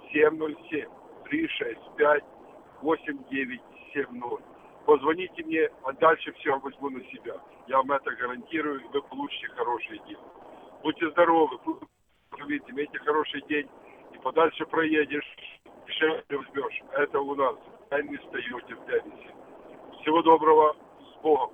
707-365-8970. Позвоните мне, а дальше все возьму на себя. Я вам это гарантирую, и вы получите хорошее дело. Будьте здоровы, имейте хороший день, и подальше проедешь, шею возьмешь. Это у нас. Не встаете в пятницу. Всего доброго, с Богом.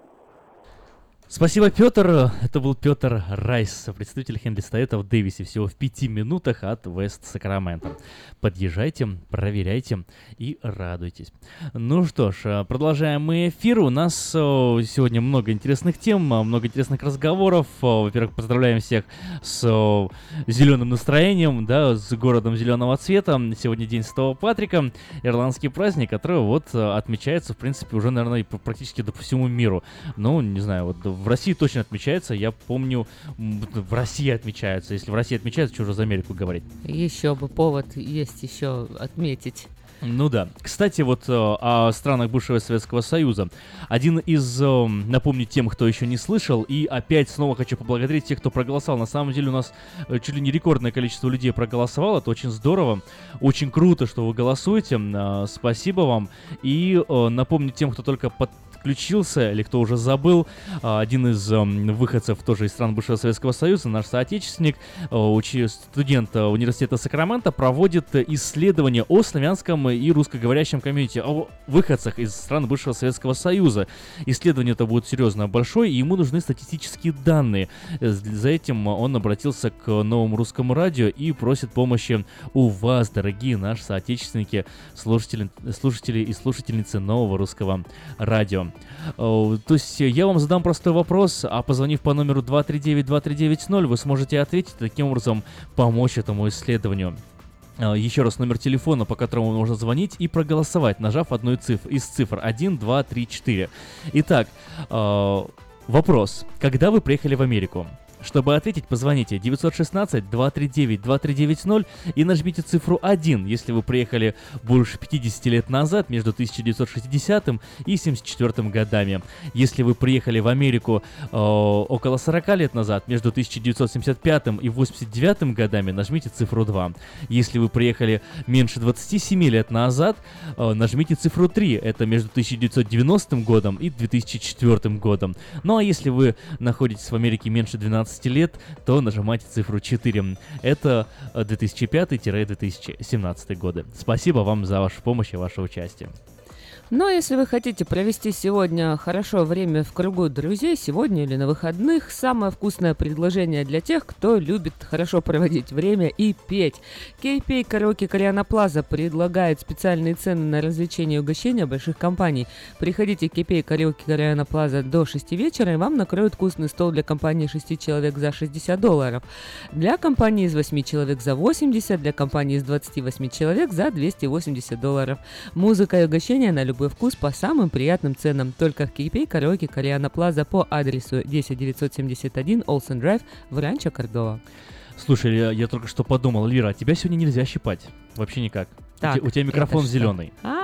Спасибо, Петр. Это был Петр Райс, представитель Хенли Стоэта в Дэвисе, всего в 5 минутах от Вест Сакраменто. Подъезжайте, проверяйте и радуйтесь. Ну что ж, продолжаем мы эфир. У нас сегодня много интересных тем, много интересных разговоров. Во-первых, поздравляем всех с зеленым настроением, да, с городом зеленого цвета. Сегодня день Святого Патрика, ирландский праздник, который вот отмечается, в принципе, уже, наверное, практически по всему миру. Ну, не знаю, вот в России точно отмечается, я помню, в России отмечаются. Если в России отмечается, что уже за Америку говорить? Еще бы повод есть еще отметить. Ну да. Кстати, вот о странах бывшего Советского Союза. Один из, напомню тем, кто еще не слышал, и опять снова хочу поблагодарить тех, кто проголосовал. На самом деле у нас чуть ли не рекордное количество людей проголосовало. Это очень здорово, очень круто, что вы голосуете. Спасибо вам. И напомню тем, кто только подключился или кто уже забыл, один из выходцев тоже из стран бывшего Советского Союза, наш соотечественник, студент университета Сакраменто, проводит исследования о славянском и русскоговорящем комьюнити, о выходцах из стран бывшего Советского Союза. Исследование это будет серьезно большое, и ему нужны статистические данные. За этим он обратился к Новому Русскому Радио и просит помощи у вас, дорогие наши соотечественники, слушатели и слушательницы Нового Русского Радио. То есть я вам задам простой вопрос, а позвонив по номеру 239-2390, вы сможете ответить, таким образом помочь этому исследованию. Еще раз номер телефона, по которому можно звонить и проголосовать, нажав одну из цифр 1, 2, 3, 4. Итак, вопрос. Когда вы приехали в Америку? Чтобы ответить, позвоните 916-239-2390 и нажмите цифру 1, если вы приехали больше 50 лет назад, между 1960 и 1974 годами. Если вы приехали в Америку около 40 лет назад, между 1975 и 1989 годами, нажмите цифру 2. Если вы приехали меньше 27 лет назад, нажмите цифру 3, это между 1990 годом и 2004 годом. Ну а если вы находитесь в Америке меньше 12 лет, то нажимайте цифру 4. Это 2005-2017 годы. Спасибо вам за вашу помощь и ваше участие. Но если вы хотите провести сегодня хорошо время в кругу друзей, сегодня или на выходных, самое вкусное предложение для тех, кто любит хорошо проводить время и петь. KPay Караоке Кориана Плаза предлагает специальные цены на развлечения и угощения больших компаний. Приходите в KPay Караоке Кориана Плаза до 6 вечера, и вам накроют вкусный стол для компании 6 человек за $60. Для компании из 8 человек за 80, для компании из 28 человек за $280. Музыка и угощения на любой вкус по самым приятным ценам. Только в KPay Караоке Кориана Плаза по адресу 10971 Олсен Драйв в Ранчо Кордова. Слушай, я только что подумал, Лира, тебя сегодня нельзя щипать. Вообще никак. Так, у тебя микрофон зеленый.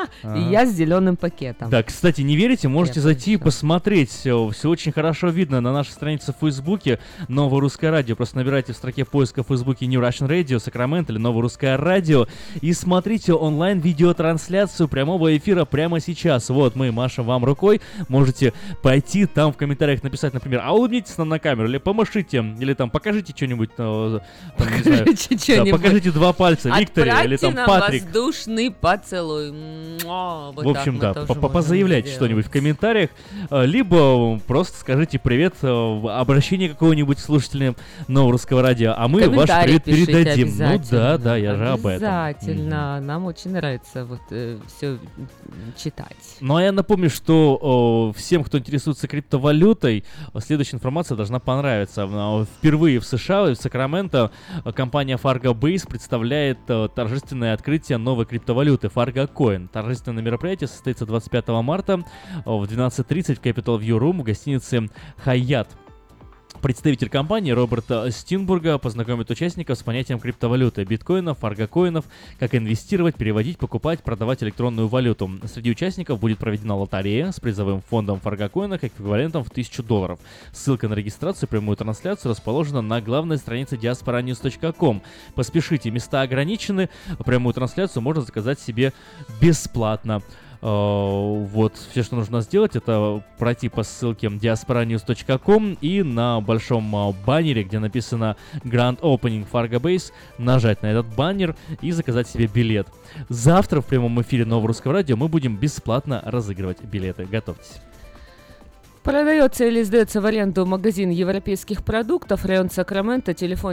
и я с зеленым пакетом. Да, кстати, не верите, можете зайти и посмотреть. Все очень хорошо видно на нашей странице в Фейсбуке «Новое русское радио». Просто набирайте в строке поиска в Фейсбуке New Russian Radio, Сакраменто или «Новое русское радио» и смотрите онлайн-видеотрансляцию прямого эфира прямо сейчас. Вот мы машем вам рукой, можете пойти там в комментариях написать, например, а улыбнитесь нам на камеру, или помашите, или там покажите что-нибудь, покажите два пальца Викторе, или там Патрик. Воздушный поцелуй. Вот в общем, да, позаявляйте что-нибудь в комментариях, либо просто скажите привет, обращение какого-нибудь слушателя Нового русского радио, а мы ваш привет передадим. Ну да, я же об этом. Обязательно, нам очень нравится вот все читать. Ну а я напомню, что всем, кто интересуется криптовалютой, следующая информация должна понравиться. Впервые в США, в Сакраменто, компания Fargo Base представляет торжественное открытие новой криптовалюты Fargo Coin. Торжественное мероприятие состоится 25 марта в 12:30 в Capital View Room в гостинице Hyatt. Представитель компании Роберт Стинбурга познакомит участников с понятием криптовалюты, биткоинов, фаргокоинов, как инвестировать, переводить, покупать, продавать электронную валюту. Среди участников будет проведена лотерея с призовым фондом фаргокоинов эквивалентом в $1000. Ссылка на регистрацию и прямую трансляцию расположена на главной странице diasporanews.com. Поспешите, места ограничены, прямую трансляцию можно заказать себе бесплатно. Вот, все, что нужно сделать, это пройти по ссылке diasporanews.com и на большом баннере, где написано Grand Opening Fargo Base, нажать на этот баннер и заказать себе билет. Завтра в прямом эфире Нового русского радио мы будем бесплатно разыгрывать билеты. Готовьтесь. Продается или сдается в аренду магазин европейских продуктов, район Сакраменто, телефон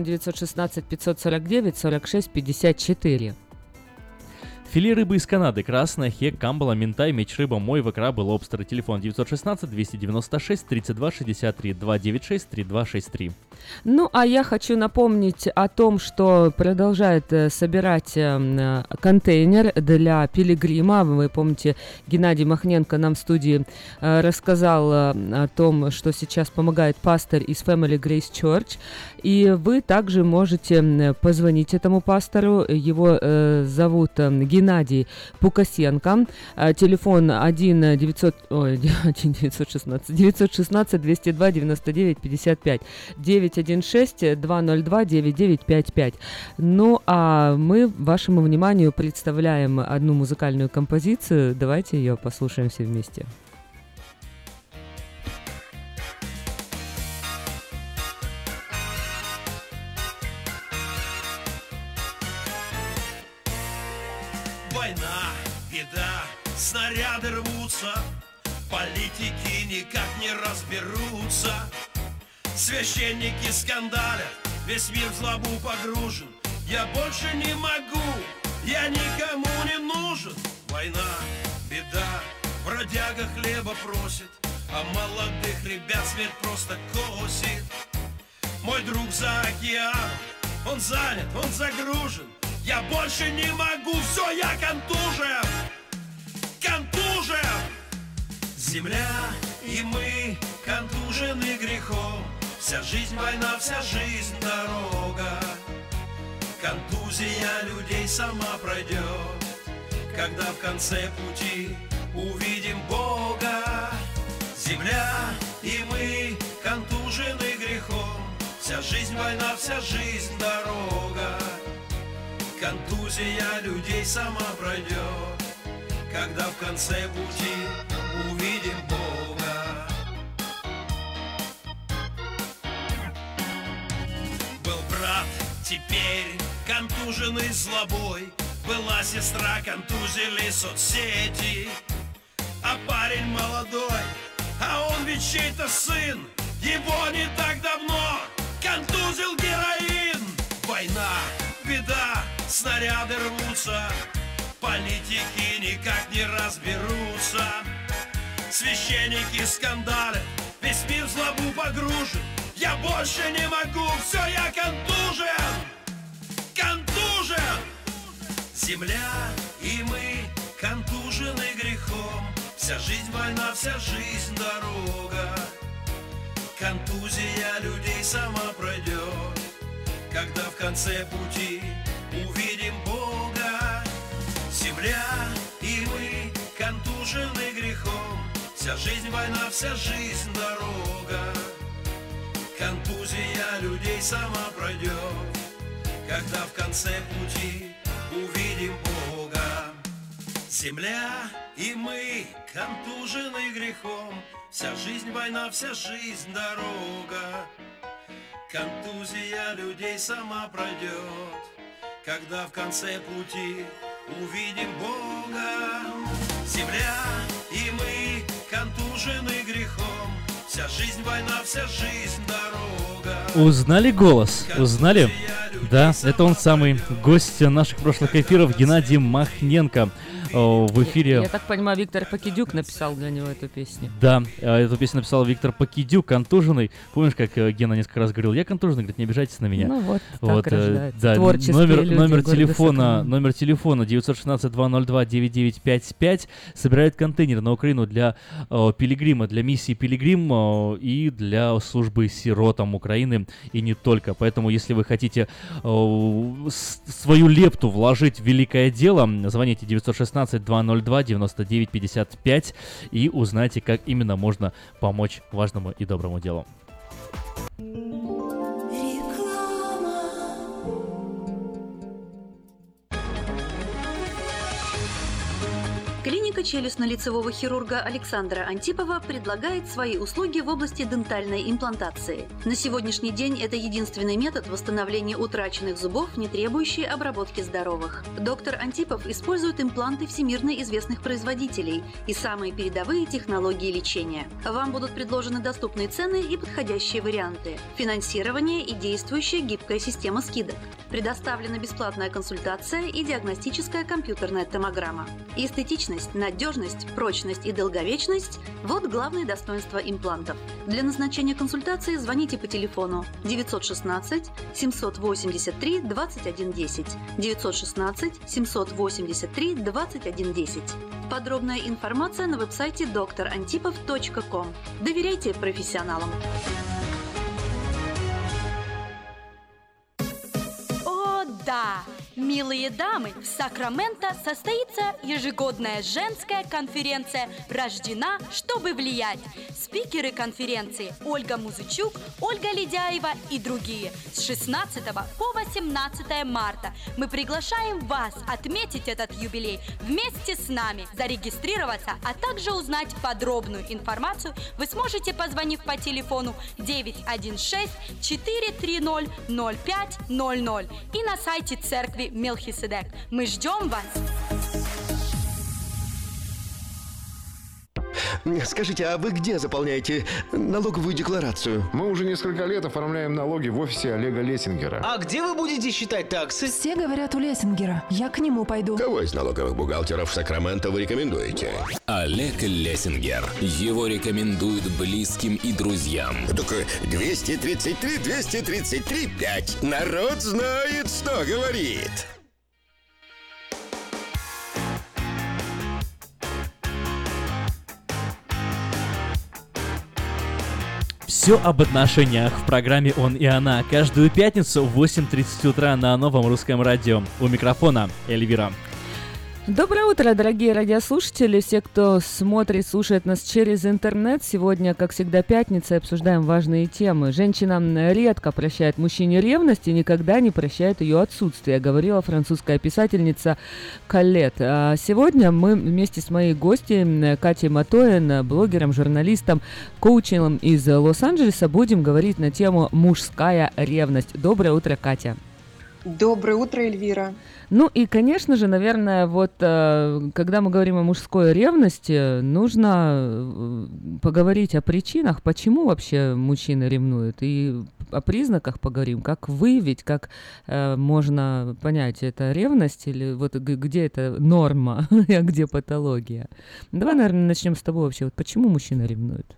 916-549-46-54. Филе рыбы из Канады. Красная, хек, камбала, минтай, меч рыба, мойва, крабы, лобстеры. Телефон 916-296-3263, 296-3263. Ну, а я хочу напомнить о том, что продолжает собирать контейнер для пилигрима. Вы помните, Геннадий Махненко нам в студии рассказал о том, что сейчас помогает пастырь из Family Grace Church. И вы также можете позвонить этому пастору. Его зовут Геннадий Пукасенко. Телефон 916-202-9955. 916-202-9955. Ну, а мы вашему вниманию представляем одну музыкальную композицию. Давайте ее послушаем все вместе. Война, беда, снаряды рвутся, политики никак не разберутся. Священники скандалят, весь мир в злобу погружен. Я больше не могу, я никому не нужен. Война, беда, бродяга хлеба просит, а молодых ребят смерть просто косит. Мой друг за океаном, он занят, он загружен. Я больше не могу, все, я контужен, контужен. Земля и мы контужены грехом. Вся жизнь война, вся жизнь дорога. Контузия людей сама пройдет, когда в конце пути увидим Бога. Земля и мы контужены грехом. Вся жизнь война, вся жизнь дорога. Контузия людей сама пройдет, когда в конце пути увидим Бога. Был брат, теперь контуженный злобой. Была сестра, контузили соцсети. А парень молодой, а он ведь чей-то сын. Его не так давно контузил героин. Война, беда, снаряды рвутся, политики никак не разберутся. Священники скандалят, весь мир в злобу погружен. Я больше не могу, все, я контужен, контужен. Земля и мы контужены грехом. Вся жизнь война, вся жизнь дорога. Контузия людей сама пройдет, когда в конце пути увидим Бога. Земля и мы контуженный грехом. Вся жизнь война, вся жизнь дорога. Контузия людей сама пройдет, когда в конце пути увидим Бога. Земля и мы контужены грехом. Вся жизнь война, вся жизнь дорога. Контузия людей сама пройдет, когда в конце пути увидим Бога. Земля и мы контужены грехом. Вся жизнь война, вся жизнь дорога. Узнали голос? Узнали? Да, это он самый, гость наших прошлых эфиров Геннадий Махненко. В эфире... Я так понимаю, Виктор Покидюк написал для него эту песню. Да, эту песню написал Виктор Покидюк, контуженный. Помнишь, как Гена несколько раз говорил, я контуженный, говорит, не обижайтесь на меня. Ну вот, так рождается. Да, творческие люди номер телефона 916-202-9955 собирает контейнер на Украину для Пилигрима, для миссии Пилигрим и для службы сиротам Украины, и не только. Поэтому, если вы хотите свою лепту вложить в великое дело, звоните 916-202-9955 и узнайте, как именно можно помочь важному и доброму делу. Клиника челюстно-лицевого хирурга Александра Антипова предлагает свои услуги в области дентальной имплантации. На сегодняшний день это единственный метод восстановления утраченных зубов, не требующий обработки здоровых. Доктор Антипов использует импланты всемирно известных производителей и самые передовые технологии лечения. Вам будут предложены доступные цены и подходящие варианты. Финансирование и действующая гибкая система скидок. Предоставлена бесплатная консультация и диагностическая компьютерная томограмма. Эстетичность, надежность, прочность и долговечность – вот главные достоинства имплантов. Для назначения консультации звоните по телефону 916 783 2110 916 783 2110. Подробная информация на веб-сайте drantipov.com. Доверяйте профессионалам. О, да! Милые дамы, в Сакраменто состоится ежегодная женская конференция «Рождена, чтобы влиять». Спикеры конференции Ольга Музычук, Ольга Ледяева и другие. С 16 по 18 марта мы приглашаем вас отметить этот юбилей вместе с нами. Зарегистрироваться, а также узнать подробную информацию вы сможете, позвонив по телефону 916-430-0500 и на сайте церкви Мелхиседек. Мы ждем вас! Скажите, а вы где заполняете налоговую декларацию? Мы уже несколько лет оформляем налоги в офисе Олега Лессингера. А где вы будете считать таксы? Все говорят у Лессингера. Я к нему пойду. Кого из налоговых бухгалтеров Сакраменто вы рекомендуете? Олег Лессингер. Его рекомендуют близким и друзьям. Так 233-233-5. Народ знает, что говорит. Все об отношениях в программе «Он и она» каждую пятницу в 8:30 утра на Новом Русском радио. У микрофона Эльвира. Доброе утро, дорогие радиослушатели, все, кто смотрит, слушает нас через интернет. Сегодня, как всегда, пятница, и обсуждаем важные темы. Женщина редко прощает мужчине ревность и никогда не прощает ее отсутствие, говорила французская писательница Коллет. А сегодня мы вместе с моей гостьей Катей Матоен, блогером, журналистом, коучем из Лос-Анджелеса будем говорить на тему «Мужская ревность». Доброе утро, Катя. Доброе утро, Эльвира. Ну и, конечно же, наверное, вот когда мы говорим о мужской ревности, нужно поговорить о причинах, почему вообще мужчины ревнуют, и о признаках поговорим, как выявить, как можно понять, это ревность или вот где это норма, а где патология. Давай, наверное, начнем с того вообще, вот почему мужчины ревнуют?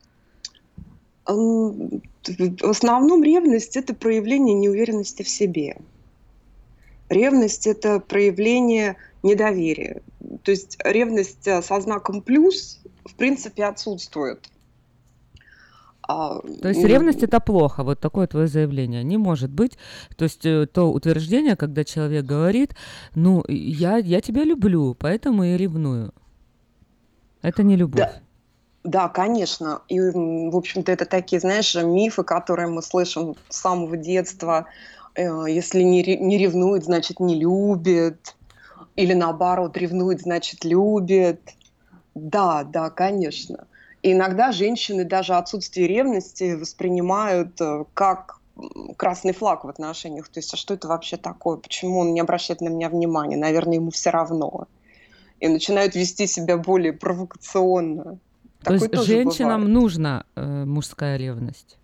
В основном ревность – это проявление неуверенности в себе. Ревность – это проявление недоверия. То есть ревность со знаком плюс в принципе отсутствует. То есть ревность – это плохо, вот такое твое заявление. Не может быть. То есть то утверждение, когда человек говорит, ну, я тебя люблю, поэтому и ревную. Это не любовь. Да, конечно. И, в общем-то, это такие, знаешь, мифы, которые мы слышим с самого детства. Если не ревнует, значит, не любит. Или наоборот, ревнует, значит, любит. Да, конечно. И иногда женщины даже отсутствие ревности воспринимают как красный флаг в отношениях. То есть, а что это вообще такое? Почему он не обращает на меня внимания? Наверное, ему все равно. И начинают вести себя более провокационно. То есть женщинам бывает. Нужна мужская ревность?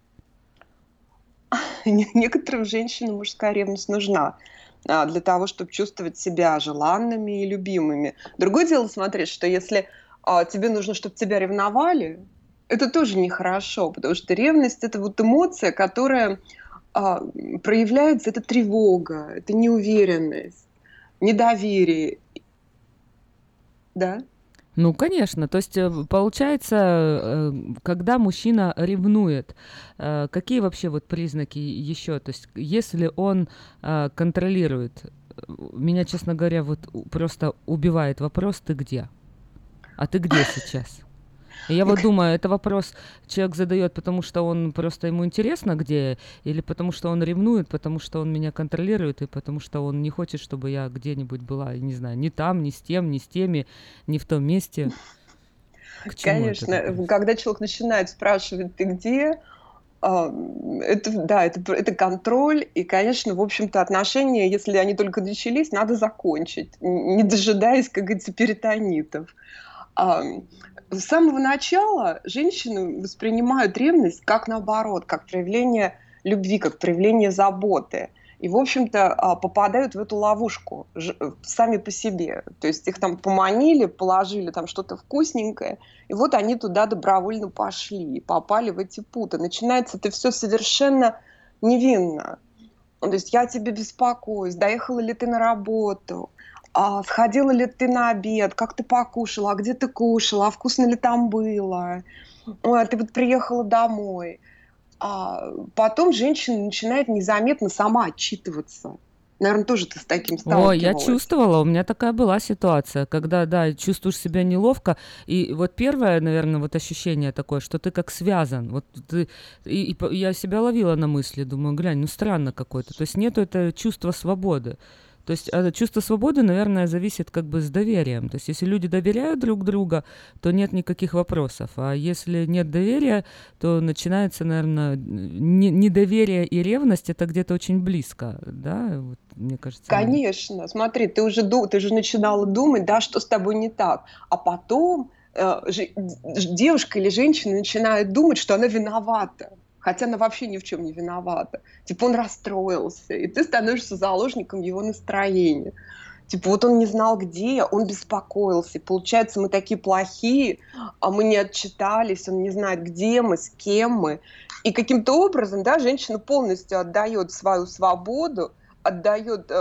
Некоторым женщинам мужская ревность нужна для того, чтобы чувствовать себя желанными и любимыми. Другое дело смотреть, что если тебе нужно, чтобы тебя ревновали, это тоже нехорошо, потому что ревность – это вот эмоция, которая проявляется, это тревога, это неуверенность, недоверие. Да? Ну, конечно. То есть, получается, когда мужчина ревнует, какие вообще вот признаки еще? То есть, если он контролирует, меня, честно говоря, вот просто убивает вопрос «ты где?». А ты где сейчас? И я вот думаю, это вопрос человек задает, потому что он просто ему интересно, где, или потому что он ревнует, потому что он меня контролирует, и потому что он не хочет, чтобы я где-нибудь была, не знаю, не там, не с тем, не с теми, не в том месте. Конечно, когда человек начинает спрашивать, ты где, это контроль, и, конечно, в общем-то, отношения, если они только начались, надо закончить, не дожидаясь, как говорится, перитонитов. С самого начала женщины воспринимают ревность как наоборот, как проявление любви, как проявление заботы. И, в общем-то, попадают в эту ловушку сами по себе. То есть их там поманили, положили там что-то вкусненькое, и вот они туда добровольно пошли, попали в эти путы. Начинается это все совершенно невинно. То есть я тебе беспокоюсь, доехала ли ты на работу, сходила ли ты на обед, как ты покушала, а где ты кушала, а вкусно ли там было, ты вот приехала домой. А потом женщина начинает незаметно сама отчитываться. Наверное, тоже ты с таким сталкивалась. Ой, я чувствовала, у меня такая была ситуация, когда, да, чувствуешь себя неловко, и вот первое, наверное, вот ощущение такое, что ты как связан, вот ты, и я себя ловила на мысли, думаю, глянь, ну странно какое-то, то есть нету это чувства свободы. То есть чувство свободы, наверное, зависит как бы с доверием. То есть если люди доверяют друг другу, то нет никаких вопросов. А если нет доверия, то начинается, наверное, недоверие и ревность, это где-то очень близко, да, вот, мне кажется. Конечно. Смотри, ты же начинала думать, да, что с тобой не так. А потом девушка или женщина начинает думать, что она виновата. Хотя она вообще ни в чем не виновата. Типа он расстроился, и ты становишься заложником его настроения. Типа вот он не знал где, он беспокоился. И получается, мы такие плохие, а мы не отчитались, он не знает, где мы, с кем мы. И каким-то образом, да, женщина полностью отдает свою свободу, отдает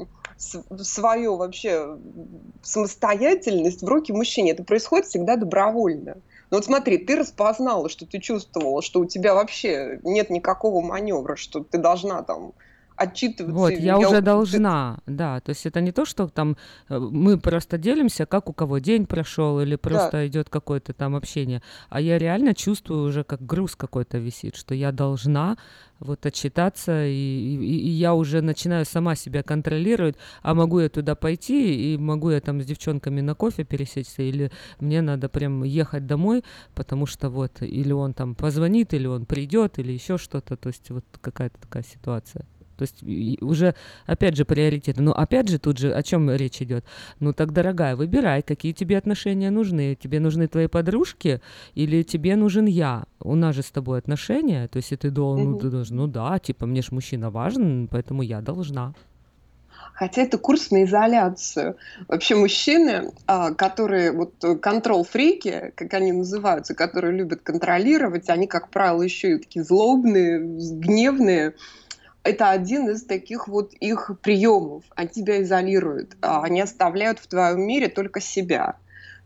свою вообще самостоятельность в руки мужчине. Это происходит всегда добровольно. Ну вот смотри, ты распознала, что ты чувствовала, что у тебя вообще нет никакого маневра, что ты должна там отчитываться. Вот, я уже должна, да, то есть это не то, что там мы просто делимся, как у кого день прошел, или просто идет какое-то там общение, а я реально чувствую уже, как груз какой-то висит, что я должна вот отчитаться, и я уже начинаю сама себя контролировать, а могу я туда пойти, и могу я там с девчонками на кофе пересечься, или мне надо прям ехать домой, потому что вот, или он там позвонит, или он придет, или еще что-то, то есть вот какая-то такая ситуация. То есть уже, опять же, приоритеты. Но опять же, тут же о чем речь идет? Ну так, дорогая, выбирай, какие тебе отношения нужны. Тебе нужны твои подружки или тебе нужен я? У нас же с тобой отношения. То есть ты должен, ну да, типа мне ж мужчина важен, поэтому я должна. Хотя это курс на изоляцию. Вообще мужчины, которые вот контрол-фрики, как они называются, которые любят контролировать, они, как правило, еще и такие злобные, гневные. Это один из таких вот их приемов. Они тебя изолируют, они оставляют в твоем мире только себя.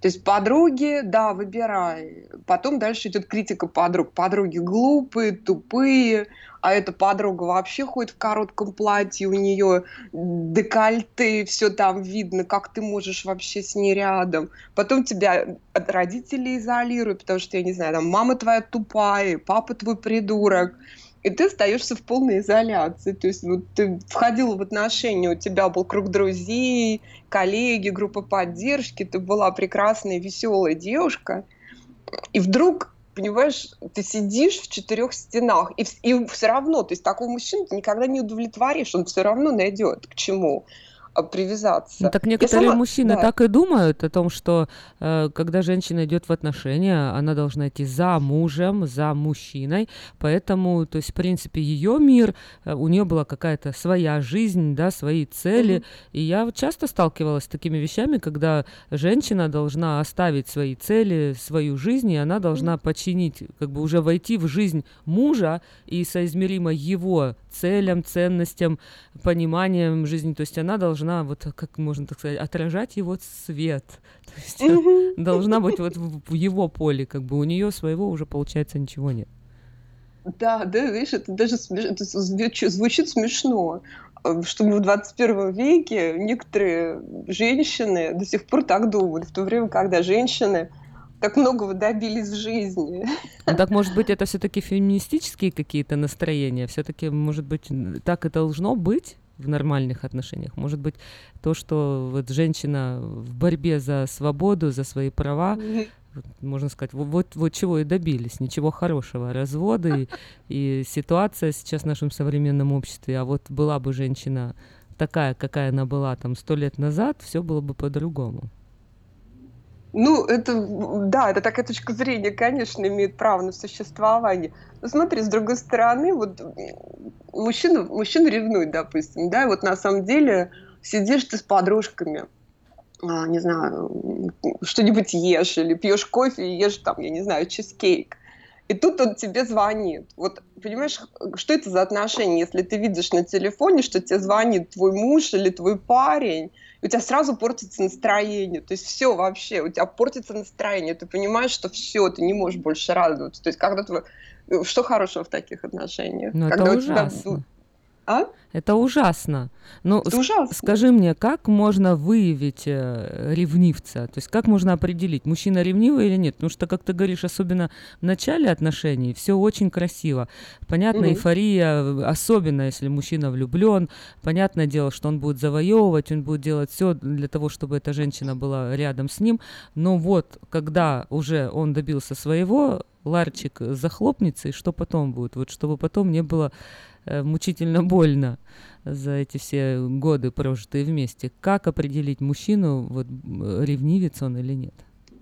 То есть подруги, да, выбирай. Потом дальше идет критика подруг. Подруги глупые, тупые, а эта подруга вообще ходит в коротком платье, у нее декольте, все там видно, как ты можешь вообще с ней рядом. Потом тебя от родителей изолируют, потому что, я не знаю, там мама твоя тупая, папа твой придурок. И ты остаешься в полной изоляции. То есть вот ты входила в отношения, у тебя был круг друзей, коллеги, группа поддержки, ты была прекрасная, веселая девушка. И вдруг, понимаешь, ты сидишь в 4 стенах, и все равно, то есть такого мужчину ты никогда не удовлетворишь, он все равно найдет к чему привязаться. Ну, так некоторые мужчины так и думают о том, что когда женщина идет в отношения, она должна идти за мужем, за мужчиной, поэтому, то есть, в принципе, ее мир, у нее была какая-то своя жизнь, да, свои цели, и я часто сталкивалась с такими вещами, когда женщина должна оставить свои цели, свою жизнь, и она должна подчинить, как бы уже войти в жизнь мужа и соизмеримо его целям, ценностям, пониманием жизни, то есть она должна, вот как можно так сказать, отражать его свет, то есть должна быть вот в его поле, как бы у нее своего уже, получается, ничего нет. Да, видишь, это даже это звучит смешно, что мы в 21 веке некоторые женщины до сих пор так думают, в то время, когда женщины так многого добились в жизни. Ну, так, может быть, это все-таки феминистические какие-то настроения? Все-таки, может быть, так и должно быть в нормальных отношениях? Может быть, то, что вот женщина в борьбе за свободу, за свои права, можно сказать, вот чего и добились, ничего хорошего. Разводы и ситуация сейчас в нашем современном обществе. А вот была бы женщина такая, какая она была там 100 лет назад, все было бы по-другому. Ну, это такая точка зрения, конечно, имеет право на существование. Но смотри, с другой стороны, вот мужчина ревнует, допустим, да, и вот на самом деле сидишь ты с подружками, не знаю, что-нибудь ешь, или пьешь кофе и ешь там, я не знаю, чизкейк. И тут он тебе звонит. Вот, понимаешь, что это за отношения, если ты видишь на телефоне, что тебе звонит твой муж или твой парень, у тебя сразу портится настроение. То есть все вообще, у тебя портится настроение. Ты понимаешь, что все, ты не можешь больше радоваться. То есть когда что хорошего в таких отношениях? Ну, когда это ужасно. А? Это ужасно. Ну, это ужасно. Скажи мне, как можно выявить ревнивца? То есть как можно определить, мужчина ревнивый или нет? Потому что, как ты говоришь, особенно в начале отношений, все очень красиво. Понятно, эйфория, особенно если мужчина влюблен. Понятное дело, что он будет завоевывать, он будет делать все для того, чтобы эта женщина была рядом с ним. Но вот, когда уже он добился своего, ларчик захлопнется, и что потом будет? Вот чтобы потом не было мучительно больно за эти все годы, прожитые вместе. Как определить мужчину, вот, ревнивец он или нет?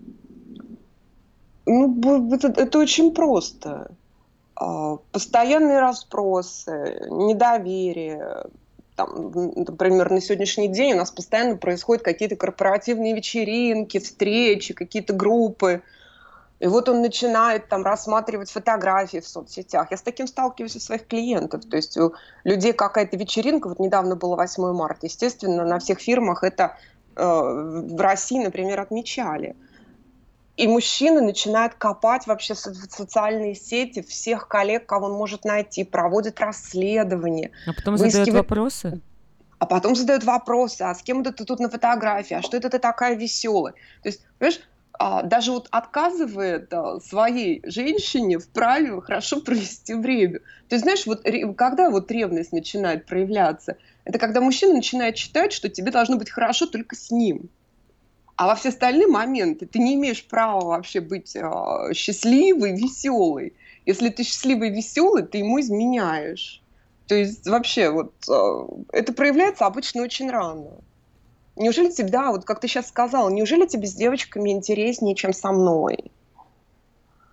Ну, это очень просто. Постоянные расспросы, недоверие. Там, например, на сегодняшний день у нас постоянно происходят какие-то корпоративные вечеринки, встречи, какие-то группы. И вот он начинает там рассматривать фотографии в соцсетях. Я с таким сталкиваюсь у своих клиентов. То есть у людей какая-то вечеринка, вот недавно было 8 марта, естественно, на всех фирмах это в России, например, отмечали. И мужчина начинает копать вообще в социальные сети всех коллег, кого он может найти, проводит расследование. А потом задает вопросы? А потом задают вопросы, а с кем это ты тут на фотографии, а что это ты такая веселая? То есть, понимаешь, даже вот отказывает своей женщине в праве хорошо провести время. То есть, знаешь, вот когда вот ревность начинает проявляться, это когда мужчина начинает считать, что тебе должно быть хорошо только с ним. А во все остальные моменты ты не имеешь права вообще быть счастливой, веселой. Если ты счастливый и веселый, ты ему изменяешь. То есть вообще вот это проявляется обычно очень рано. Неужели тебе, да, вот как ты сейчас сказала, неужели тебе с девочками интереснее, чем со мной?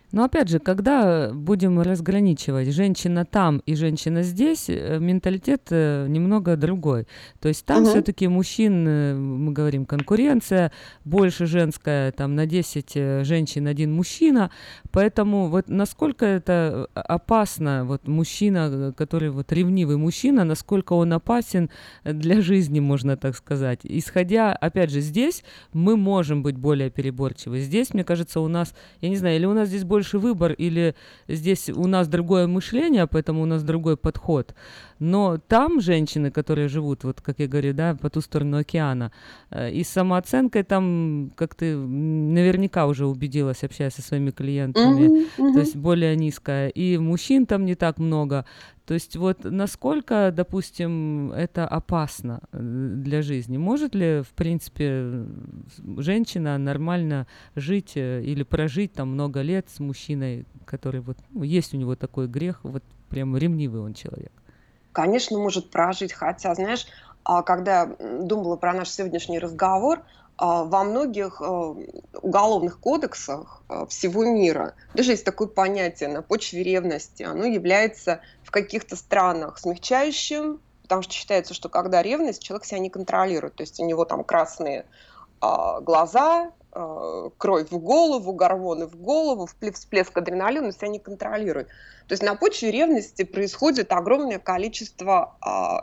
Но опять же, когда будем разграничивать женщина там и женщина здесь, менталитет немного другой. То есть там все-таки мужчин, мы говорим, конкуренция, больше женская, там на 10 женщин 1 мужчина. Поэтому вот насколько это опасно, вот мужчина, который вот ревнивый мужчина, насколько он опасен для жизни, можно так сказать. Исходя, опять же, здесь мы можем быть более переборчивы. Здесь, мне кажется, у нас, я не знаю, или у нас здесь больше выбор, или здесь у нас другое мышление, поэтому у нас другой подход. Но там женщины, которые живут, вот как я говорю, да, по ту сторону океана, и с самооценкой там, как ты наверняка уже убедилась, общаясь со своими клиентами, то есть более низкая, и мужчин там не так много. То есть вот насколько, допустим, это опасно для жизни? Может ли, в принципе, женщина нормально жить или прожить там много лет с мужчиной, который вот, ну, есть у него такой грех, вот прям ревнивый он человек? Конечно, может прожить, хотя, знаешь, когда думала про наш сегодняшний разговор, во многих уголовных кодексах всего мира даже есть такое понятие на почве ревности. Оно является в каких-то странах смягчающим, потому что считается, что когда ревность, человек себя не контролирует. То есть у него там красные глаза, кровь в голову, гормоны в голову, всплеск адреналина, он себя не контролирует. То есть на почве ревности происходит огромное количество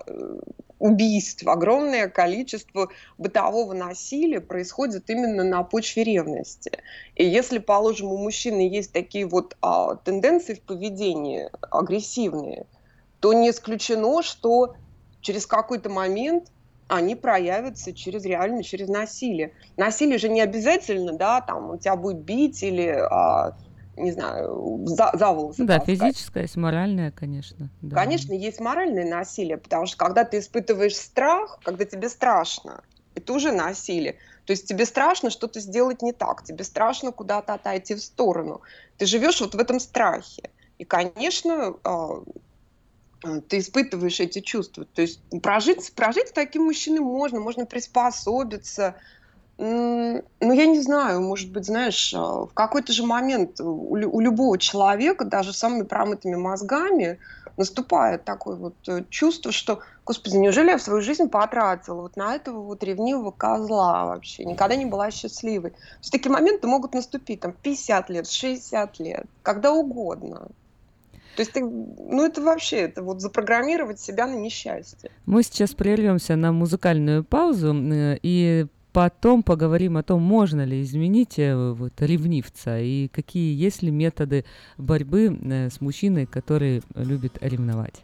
убийств, огромное количество бытового насилия происходит именно на почве ревности. И если, положим, у мужчины есть такие вот тенденции в поведении агрессивные, то не исключено, что через какой-то момент они проявятся реально через насилие. Насилие же не обязательно, да, там, он тебя будет бить или, не знаю, за волосы. Да, физическое, есть моральное, конечно. Да. Конечно, есть моральное насилие, потому что когда ты испытываешь страх, когда тебе страшно, это уже насилие. То есть тебе страшно что-то сделать не так, тебе страшно куда-то отойти в сторону. Ты живешь вот в этом страхе. И, конечно, ты испытываешь эти чувства. То есть прожить с таким мужчиной можно приспособиться. Ну, я не знаю, может быть, знаешь, в какой-то же момент у любого человека, даже с самыми промытыми мозгами, наступает такое вот чувство, что, господи, неужели я в свою жизнь потратила вот на этого вот ревнивого козла вообще, никогда не была счастливой. То есть такие моменты могут наступить там 50 лет, 60 лет, когда угодно. То есть, это вообще, это вот запрограммировать себя на несчастье. Мы сейчас прервемся на музыкальную паузу и потом поговорим о том, можно ли изменить вот, ревнивца и какие есть ли методы борьбы с мужчиной, который любит ревновать.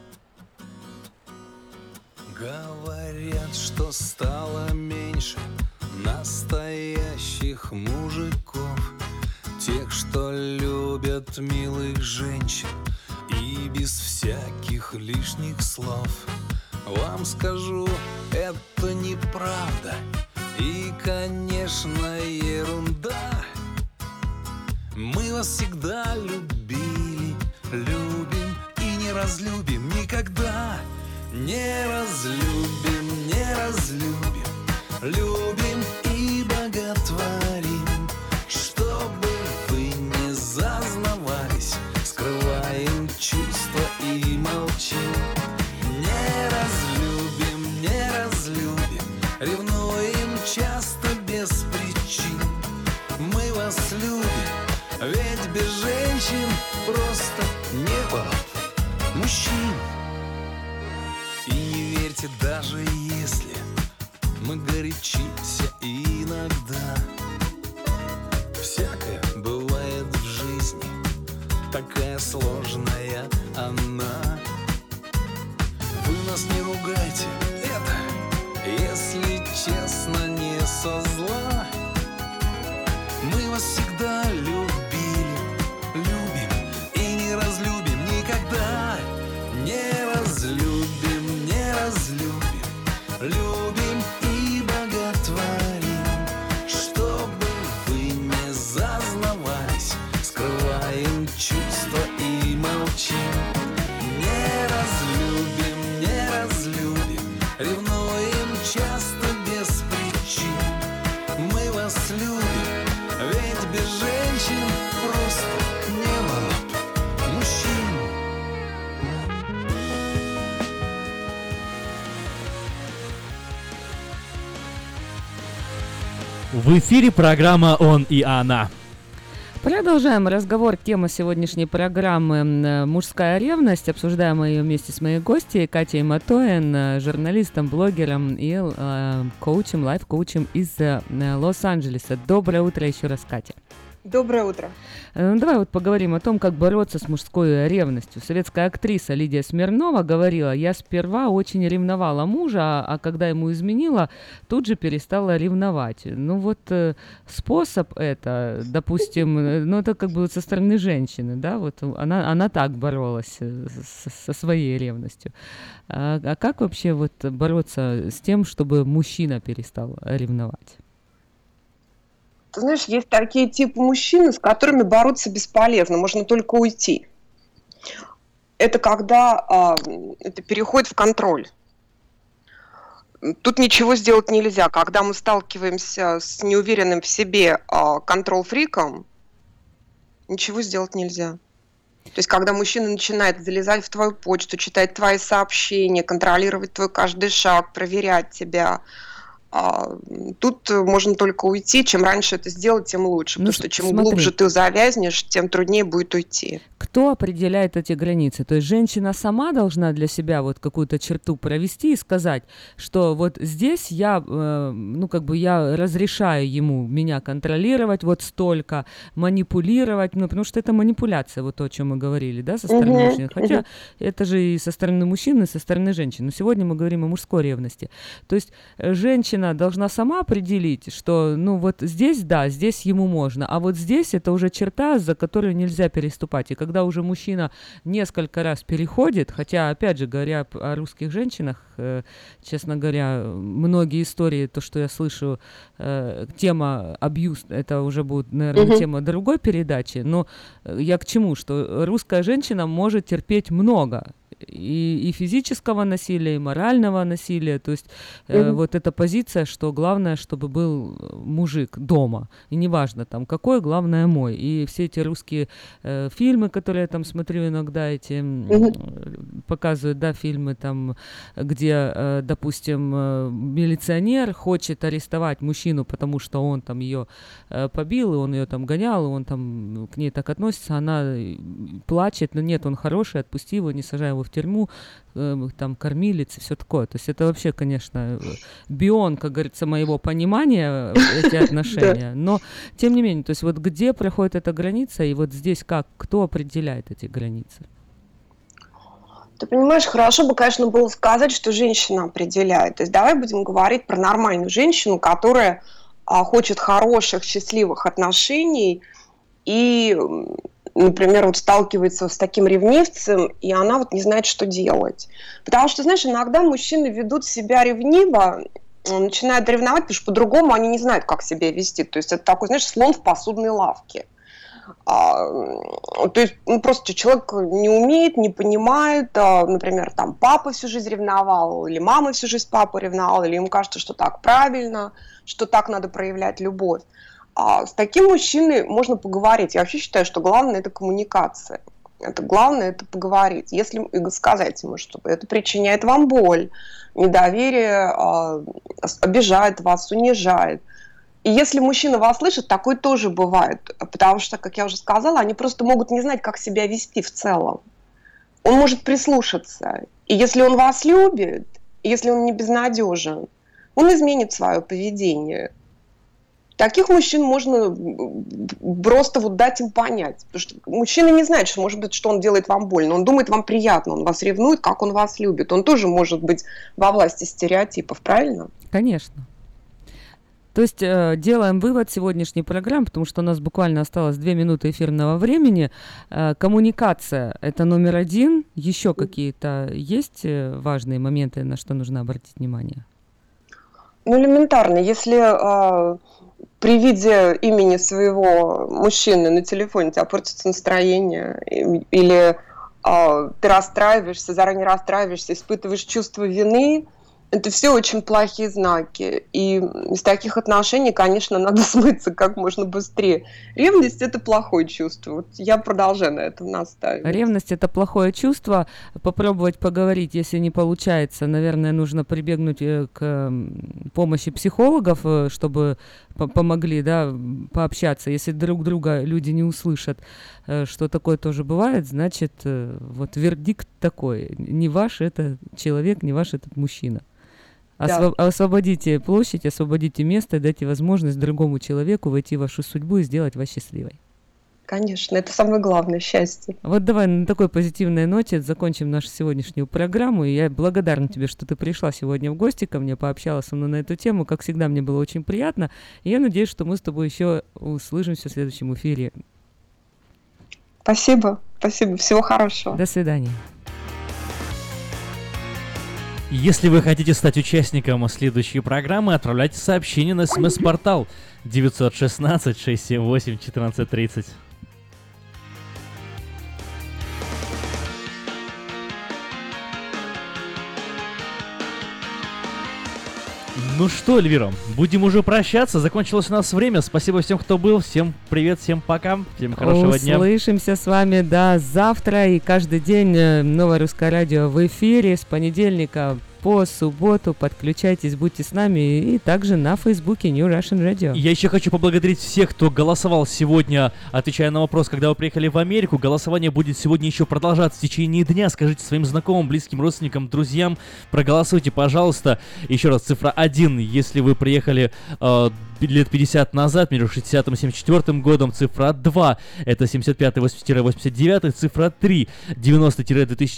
Говорят, что стало меньше настоящих мужиков, тех, что любят милых женщин и без всяких лишних слов. Вам скажу, это неправда и, конечно, ерунда. Мы вас всегда любили, любим и не разлюбим никогда. Не разлюбим, не разлюбим, любим и боготворим. Чтобы вы не зазнавались, скрываем чувства и молчим. Не разлюбим, не разлюбим, ревнуем часто без причин. Мы вас любим, ведь без женщин просто не было мужчин. И не верьте, даже если мы горячимся иногда. Всякое бывает в жизни, такая сложная она. Вы нас не ругайте, это, если честно, не со зла. Мы вас всегда любили, любим и не разлюбим никогда. Не разлюбим, не разлюбим, любим и боготворим. Чтобы вы не зазнавались, скрываем чувства и молчим. Не разлюбим, не разлюбим, ревнуем часто без причин. Мы вас любим, ведь без женщин В эфире программа «Он и она». Продолжаем разговор. Тема сегодняшней программы «Мужская ревность». Обсуждаем ее вместе с моей гостьей Катей Матоен, журналистом, блогером и коучем, лайф-коучем из Лос-Анджелеса. Доброе утро еще раз, Катя. Доброе утро. Давай вот поговорим о том, как бороться с мужской ревностью. Советская актриса Лидия Смирнова говорила: «Я сперва очень ревновала мужа, а когда ему изменила, тут же перестала ревновать». Ну вот способ это, допустим, ну это как бы со стороны женщины, да, вот она так боролась со своей ревностью. А как вообще вот бороться с тем, чтобы мужчина перестал ревновать? Ты знаешь, есть такие типы мужчин, с которыми бороться бесполезно, можно только уйти. Это когда это переходит в контроль. Тут ничего сделать нельзя. Когда мы сталкиваемся с неуверенным в себе контрол-фриком, ничего сделать нельзя. То есть, когда мужчина начинает залезать в твою почту, читать твои сообщения, контролировать твой каждый шаг, проверять тебя, тут можно только уйти. Чем раньше это сделать, тем лучше. Потому что чем глубже ты завязнешь, тем труднее будет уйти. Кто определяет эти границы? То есть женщина сама должна для себя вот какую-то черту провести и сказать, что вот здесь я, я разрешаю ему меня контролировать вот столько, манипулировать, потому что это манипуляция, вот то, о чем мы говорили, да, со стороны мужчин. Хотя это же и со стороны мужчин, и со стороны женщин. Но сегодня мы говорим о мужской ревности. То есть женщина должна сама определить, что, вот здесь, да, здесь ему можно, а вот здесь это уже черта, за которую нельзя переступать. И когда уже мужчина несколько раз переходит, хотя, опять же, говоря о русских женщинах, честно говоря, многие истории, то, что я слышу, тема абьюз, это уже будет, наверное, тема другой передачи, но я к чему, что русская женщина может терпеть много. И физического насилия, и морального насилия. То есть вот эта позиция, что главное, чтобы был мужик дома. И неважно там какой, главное мой. И все эти русские фильмы, которые я там смотрю иногда, эти показывают, да, фильмы там, где, допустим, милиционер хочет арестовать мужчину, потому что он там ее побил, и он ее там гонял, и он там к ней так относится, она плачет, но нет, он хороший, отпусти его, не сажай его в тюрьму, там, кормилец и все такое. То есть это вообще, конечно, beyond, как говорится, моего понимания эти отношения. Но, тем не менее, то есть вот где проходит эта граница, и вот здесь как, кто определяет эти границы? Ты понимаешь, хорошо бы, конечно, было сказать, что женщина определяет. То есть давай будем говорить про нормальную женщину, которая хочет хороших, счастливых отношений и, например, вот сталкивается с таким ревнивцем, и она вот не знает, что делать. Потому что, знаешь, иногда мужчины ведут себя ревниво, начинают ревновать, потому что по-другому они не знают, как себя вести. То есть это такой, знаешь, слон в посудной лавке. То есть просто человек не умеет, не понимает, например, там папа всю жизнь ревновал, или мама всю жизнь папу ревновала, или ему кажется, что так правильно, что так надо проявлять любовь. С таким мужчиной можно поговорить. Я вообще считаю, что главное – это коммуникация. Главное – это поговорить. Если сказать ему, что это причиняет вам боль, недоверие обижает вас, унижает. И если мужчина вас слышит, такое тоже бывает. Потому что, как я уже сказала, они просто могут не знать, как себя вести в целом. Он может прислушаться. И если он вас любит, если он не безнадежен, он изменит свое поведение. Таких мужчин можно просто вот дать им понять. Потому что мужчина не знает, что, может быть, что он делает вам больно. Он думает, вам приятно, он вас ревнует, как он вас любит. Он тоже может быть во власти стереотипов, правильно? Конечно. То есть делаем вывод сегодняшней программы, потому что у нас буквально осталось 2 минуты эфирного времени. Коммуникация – это номер один. Еще какие-то есть важные моменты, на что нужно обратить внимание? Ну, элементарно. Если при виде имени своего мужчины на телефоне у тебя портится настроение, или ты расстраиваешься, заранее расстраиваешься, испытываешь чувство вины, Это все очень плохие знаки. И из таких отношений, конечно, надо смыться как можно быстрее. Ревность – это плохое чувство. Вот я продолжаю на этом настаивать. Ревность – это плохое чувство. Попробовать поговорить, если не получается. Наверное, нужно прибегнуть к помощи психологов, чтобы помогли, да, пообщаться. Если друг друга люди не услышат, что такое тоже бывает, значит, вот вердикт такой. Не ваш этот человек, не ваш этот мужчина. Да. Освободите площадь, освободите место, дайте возможность другому человеку войти в вашу судьбу и сделать вас счастливой. Конечно, это самое главное, счастье. Вот давай на такой позитивной ноте закончим нашу сегодняшнюю программу. И я благодарна тебе, что ты пришла сегодня в гости ко мне, пообщалась со мной на эту тему. Как всегда, мне было очень приятно. И я надеюсь, что мы с тобой еще услышимся в следующем эфире. Спасибо, спасибо. Всего хорошего. До свидания. Если вы хотите стать участником следующей программы, отправляйте сообщение на смс-портал 916-678-1430. Ну что, Эльвира, будем уже прощаться. Закончилось у нас время. Спасибо всем, кто был. Всем привет, всем пока. Всем хорошего дня. Услышимся с вами до завтра. И каждый день Новое Русское Радио в эфире с понедельника по субботу. Подключайтесь, будьте с нами. И также на Фейсбуке New Russian Radio. Я еще хочу поблагодарить всех, кто голосовал сегодня, отвечая на вопрос, когда вы приехали в Америку. Голосование будет сегодня еще продолжаться в течение дня. Скажите своим знакомым, близким, родственникам, друзьям. Проголосуйте, пожалуйста. Еще раз, цифра 1, если вы приехали лет 50 назад, между 60 и 74 годом. Цифра 2, это 75-89. Цифра 3, 90-2000.